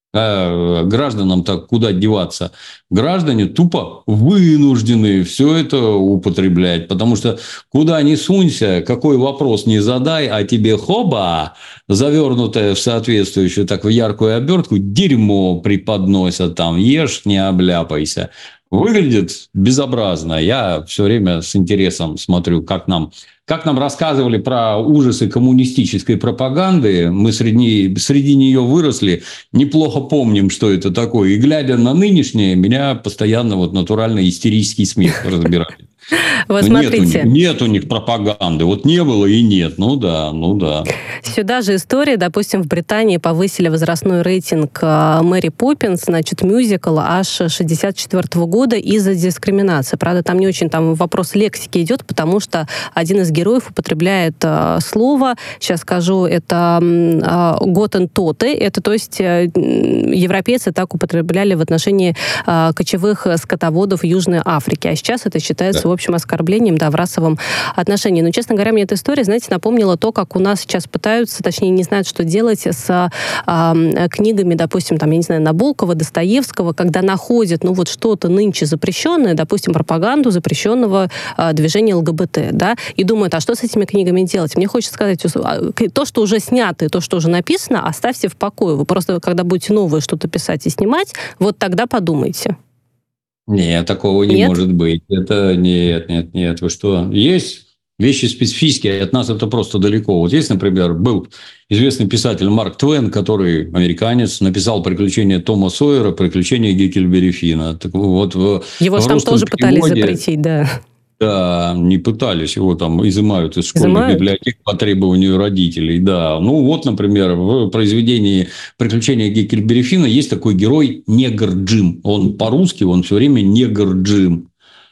А гражданам так куда деваться? Граждане тупо вынуждены все это употреблять. Потому что куда ни сунься, какой вопрос не задай, а тебе хоба, завернутое в соответствующую так в яркую обертку, дерьмо преподносят там. Ешь, не обляпайся. Выглядит безобразно. Я все время с интересом смотрю, как нам, как нам рассказывали про ужасы коммунистической пропаганды. Мы среди, среди нее выросли, неплохо помним, что это такое. И глядя на нынешнее, меня постоянно вот натурально истерический смех разбирает. Вот смотрите. Нет у, них, нет у них пропаганды. Вот не было и нет. Ну да, ну да. Сюда же история. Допустим, в Британии повысили возрастной рейтинг Мэри Поппинс, значит, мюзикл аж шестьдесят четвёртого года из-за дискриминации. Правда, там не очень там вопрос лексики идет, потому что один из героев употребляет э, слово, сейчас скажу, это э, готентоты, это, то есть, э, европейцы так употребляли в отношении э, кочевых скотоводов Южной Африки. А сейчас это считается, да, в общем, оскорблением, да, в расовом отношении. Но, честно говоря, мне эта история, знаете, напомнила то, как у нас сейчас пытаются, точнее, не знают, что делать с э, книгами, допустим, там, я не знаю, Набокова, Достоевского, когда находят, ну, вот что-то нынче запрещенное, допустим, пропаганду запрещенного э, движения ЛГБТ, да, и думают, а что с этими книгами делать? Мне хочется сказать, то, что уже снято, и то, что уже написано, оставьте в покое. Вы просто, когда будете новое что-то писать и снимать, вот тогда подумайте. Нет, такого не нет? может быть. Это нет, нет, нет. Вы что? Есть вещи специфические, от нас это просто далеко. Вот есть, например, был известный писатель Марк Твен, который американец, написал «Приключения Тома Сойера», «Приключения Гекльберри Финна». Так вот, в, Его же там тоже переводе, пытались запретить, да. Да, не пытались, его там изымают из школьных изымают? библиотек по требованию родителей, да. Ну, вот, например, в произведении «Приключения Гекльберри Финна» есть такой герой Негр Джим. Он по-русски, он все время Негр Джим.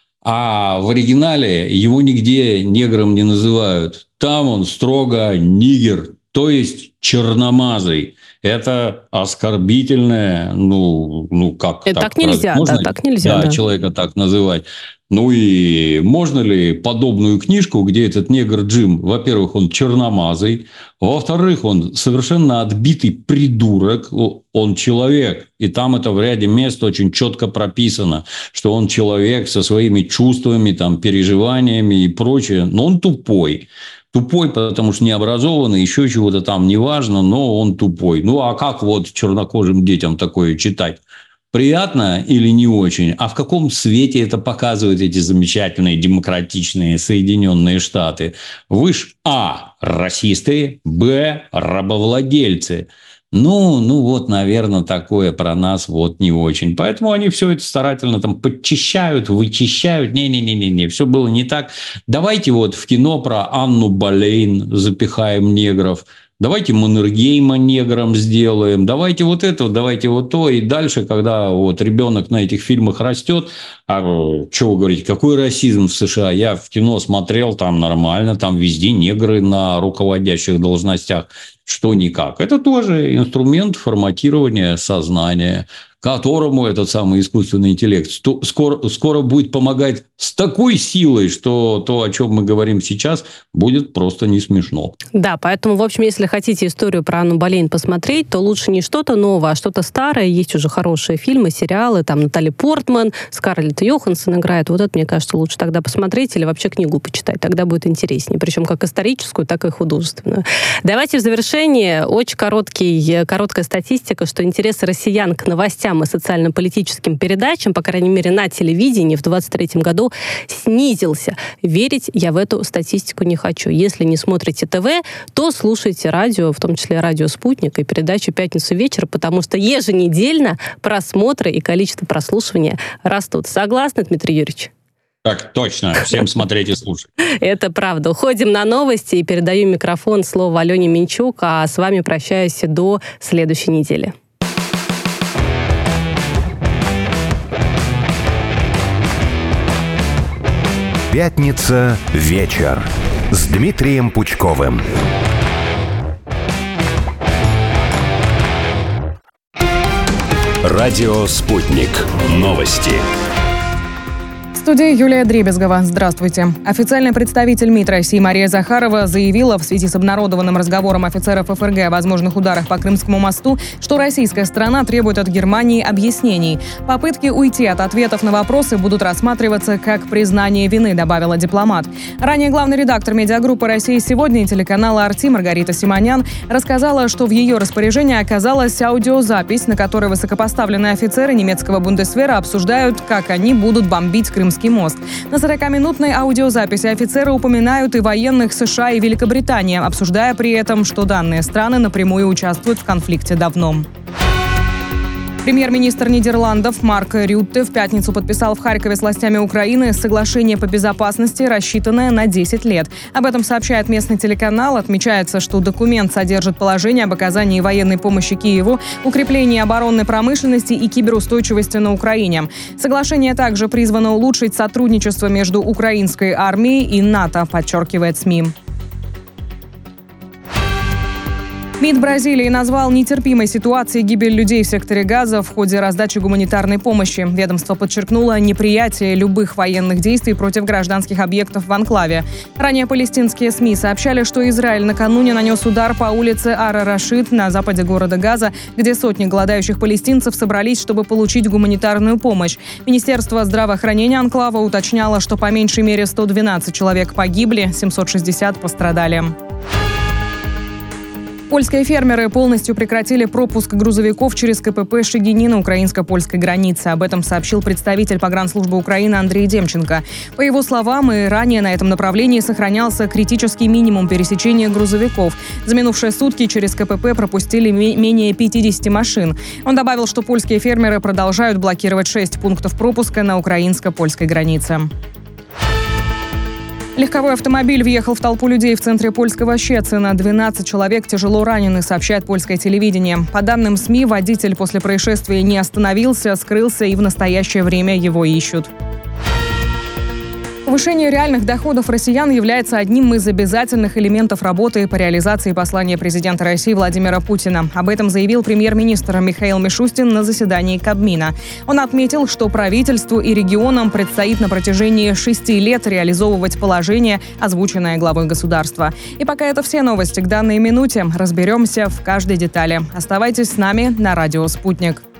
А в оригинале его нигде негром не называют. Там он строго нигер, то есть черномазый. Это оскорбительное, ну, ну как это так? Так нельзя, можно, да, так нельзя. Да, да, человека так называть. Ну и можно ли подобную книжку, где этот негр Джим, во-первых, он черномазый, во-вторых, он совершенно отбитый придурок, он человек, и там это в ряде мест очень четко прописано, что он человек со своими чувствами, там, переживаниями и прочее, но он тупой. Тупой, потому что необразованный, еще чего-то там, неважно, но он тупой. Ну, а как вот чернокожим детям такое читать? Приятно или не очень? А в каком свете это показывают эти замечательные демократичные Соединенные Штаты? Вы ж а. расисты, б. рабовладельцы. Ну, ну вот, наверное, такое про нас вот не очень. Поэтому они все это старательно там подчищают, вычищают. Не-не-не-не, все было не так. Давайте вот в кино про Анну Болейн запихаем негров. Давайте Маннергейма негром сделаем. Давайте вот это, давайте вот то. И дальше, когда вот ребенок на этих фильмах растет, а что вы говорите, какой расизм в США? Я в кино смотрел, там нормально, там везде негры на руководящих должностях. Что никак. Это тоже инструмент форматирования сознания, которому этот самый искусственный интеллект скоро, скоро будет помогать с такой силой, что то, о чем мы говорим сейчас, будет просто не смешно. Да, поэтому, в общем, если хотите историю про Анну Болейн посмотреть, то лучше не что-то новое, а что-то старое. Есть уже хорошие фильмы, сериалы, там Натали Портман, Скарлетт Йоханссон играет. Вот это, мне кажется, лучше тогда посмотреть или вообще книгу почитать. Тогда будет интереснее. Причем как историческую, так и художественную. Давайте в завершении очень короткий, короткая статистика, что интерес россиян к новостям и социально-политическим передачам, по крайней мере, на телевидении в двадцать третьем году снизился. Верить я в эту статистику не хочу. Если не смотрите ТВ, то слушайте радио, в том числе радио «Спутник» и передачу «Пятницу вечер», потому что еженедельно просмотры и количество прослушивания растут. Согласны, Дмитрий Юрьевич? Так точно. Всем смотреть и слушать. Это правда. Уходим на новости и передаю микрофон, слово Алене Минчук, а с вами прощаюсь до следующей недели. Пятница вечер с Дмитрием Пучковым. Радио «Спутник». Новости. В студии Юлия Дребезгова. Здравствуйте. Официальный представитель МИД России Мария Захарова заявила в связи с обнародованным разговором офицеров ФРГ о возможных ударах по Крымскому мосту, что российская сторона требует от Германии объяснений. Попытки уйти от ответов на вопросы будут рассматриваться как признание вины, добавила дипломат. Ранее главный редактор медиагруппы «Россия сегодня» и телеканала «Арти» Маргарита Симонян рассказала, что в ее распоряжении оказалась аудиозапись, на которой высокопоставленные офицеры немецкого Бундесвера обсуждают, как они будут бомбить Крымский мост. На сорокаминутной аудиозаписи офицеры упоминают и военных США и Великобритании, обсуждая при этом, что данные страны напрямую участвуют в конфликте давно. Премьер-министр Нидерландов Марк Рютте в пятницу подписал в Харькове с властями Украины соглашение по безопасности, рассчитанное на десять лет. Об этом сообщает местный телеканал. Отмечается, что документ содержит положение об оказании военной помощи Киеву, укреплении оборонной промышленности и киберустойчивости на Украине. Соглашение также призвано улучшить сотрудничество между украинской армией и НАТО, подчеркивает СМИ. МИД Бразилии назвал нетерпимой ситуацией гибель людей в секторе Газа в ходе раздачи гуманитарной помощи. Ведомство подчеркнуло неприятие любых военных действий против гражданских объектов в анклаве. Ранее палестинские СМИ сообщали, что Израиль накануне нанес удар по улице Ар-Рашид на западе города Газа, где сотни голодающих палестинцев собрались, чтобы получить гуманитарную помощь. Министерство здравоохранения анклава уточняло, что по меньшей мере сто двенадцать человек погибли, семьсот шестьдесят пострадали. Польские фермеры полностью прекратили пропуск грузовиков через КПП Шегини на украинско-польской границе. Об этом сообщил представитель погранслужбы Украины Андрей Демченко. По его словам, и ранее на этом направлении сохранялся критический минимум пересечения грузовиков. За минувшие сутки через КПП пропустили менее пятидесяти машин. Он добавил, что польские фермеры продолжают блокировать шесть пунктов пропуска на украинско-польской границе. Легковой автомобиль въехал в толпу людей в центре польского Щецина. двенадцать человек тяжело ранены, сообщает польское телевидение. По данным СМИ, водитель после происшествия не остановился, скрылся, и в настоящее время его ищут. Повышение реальных доходов россиян является одним из обязательных элементов работы по реализации послания президента России Владимира Путина. Об этом заявил премьер-министр Михаил Мишустин на заседании Кабмина. Он отметил, что правительству и регионам предстоит на протяжении шести лет реализовывать положение, озвученное главой государства. И пока это все новости к данной минуте. Разберемся в каждой детали. Оставайтесь с нами на радио «Спутник».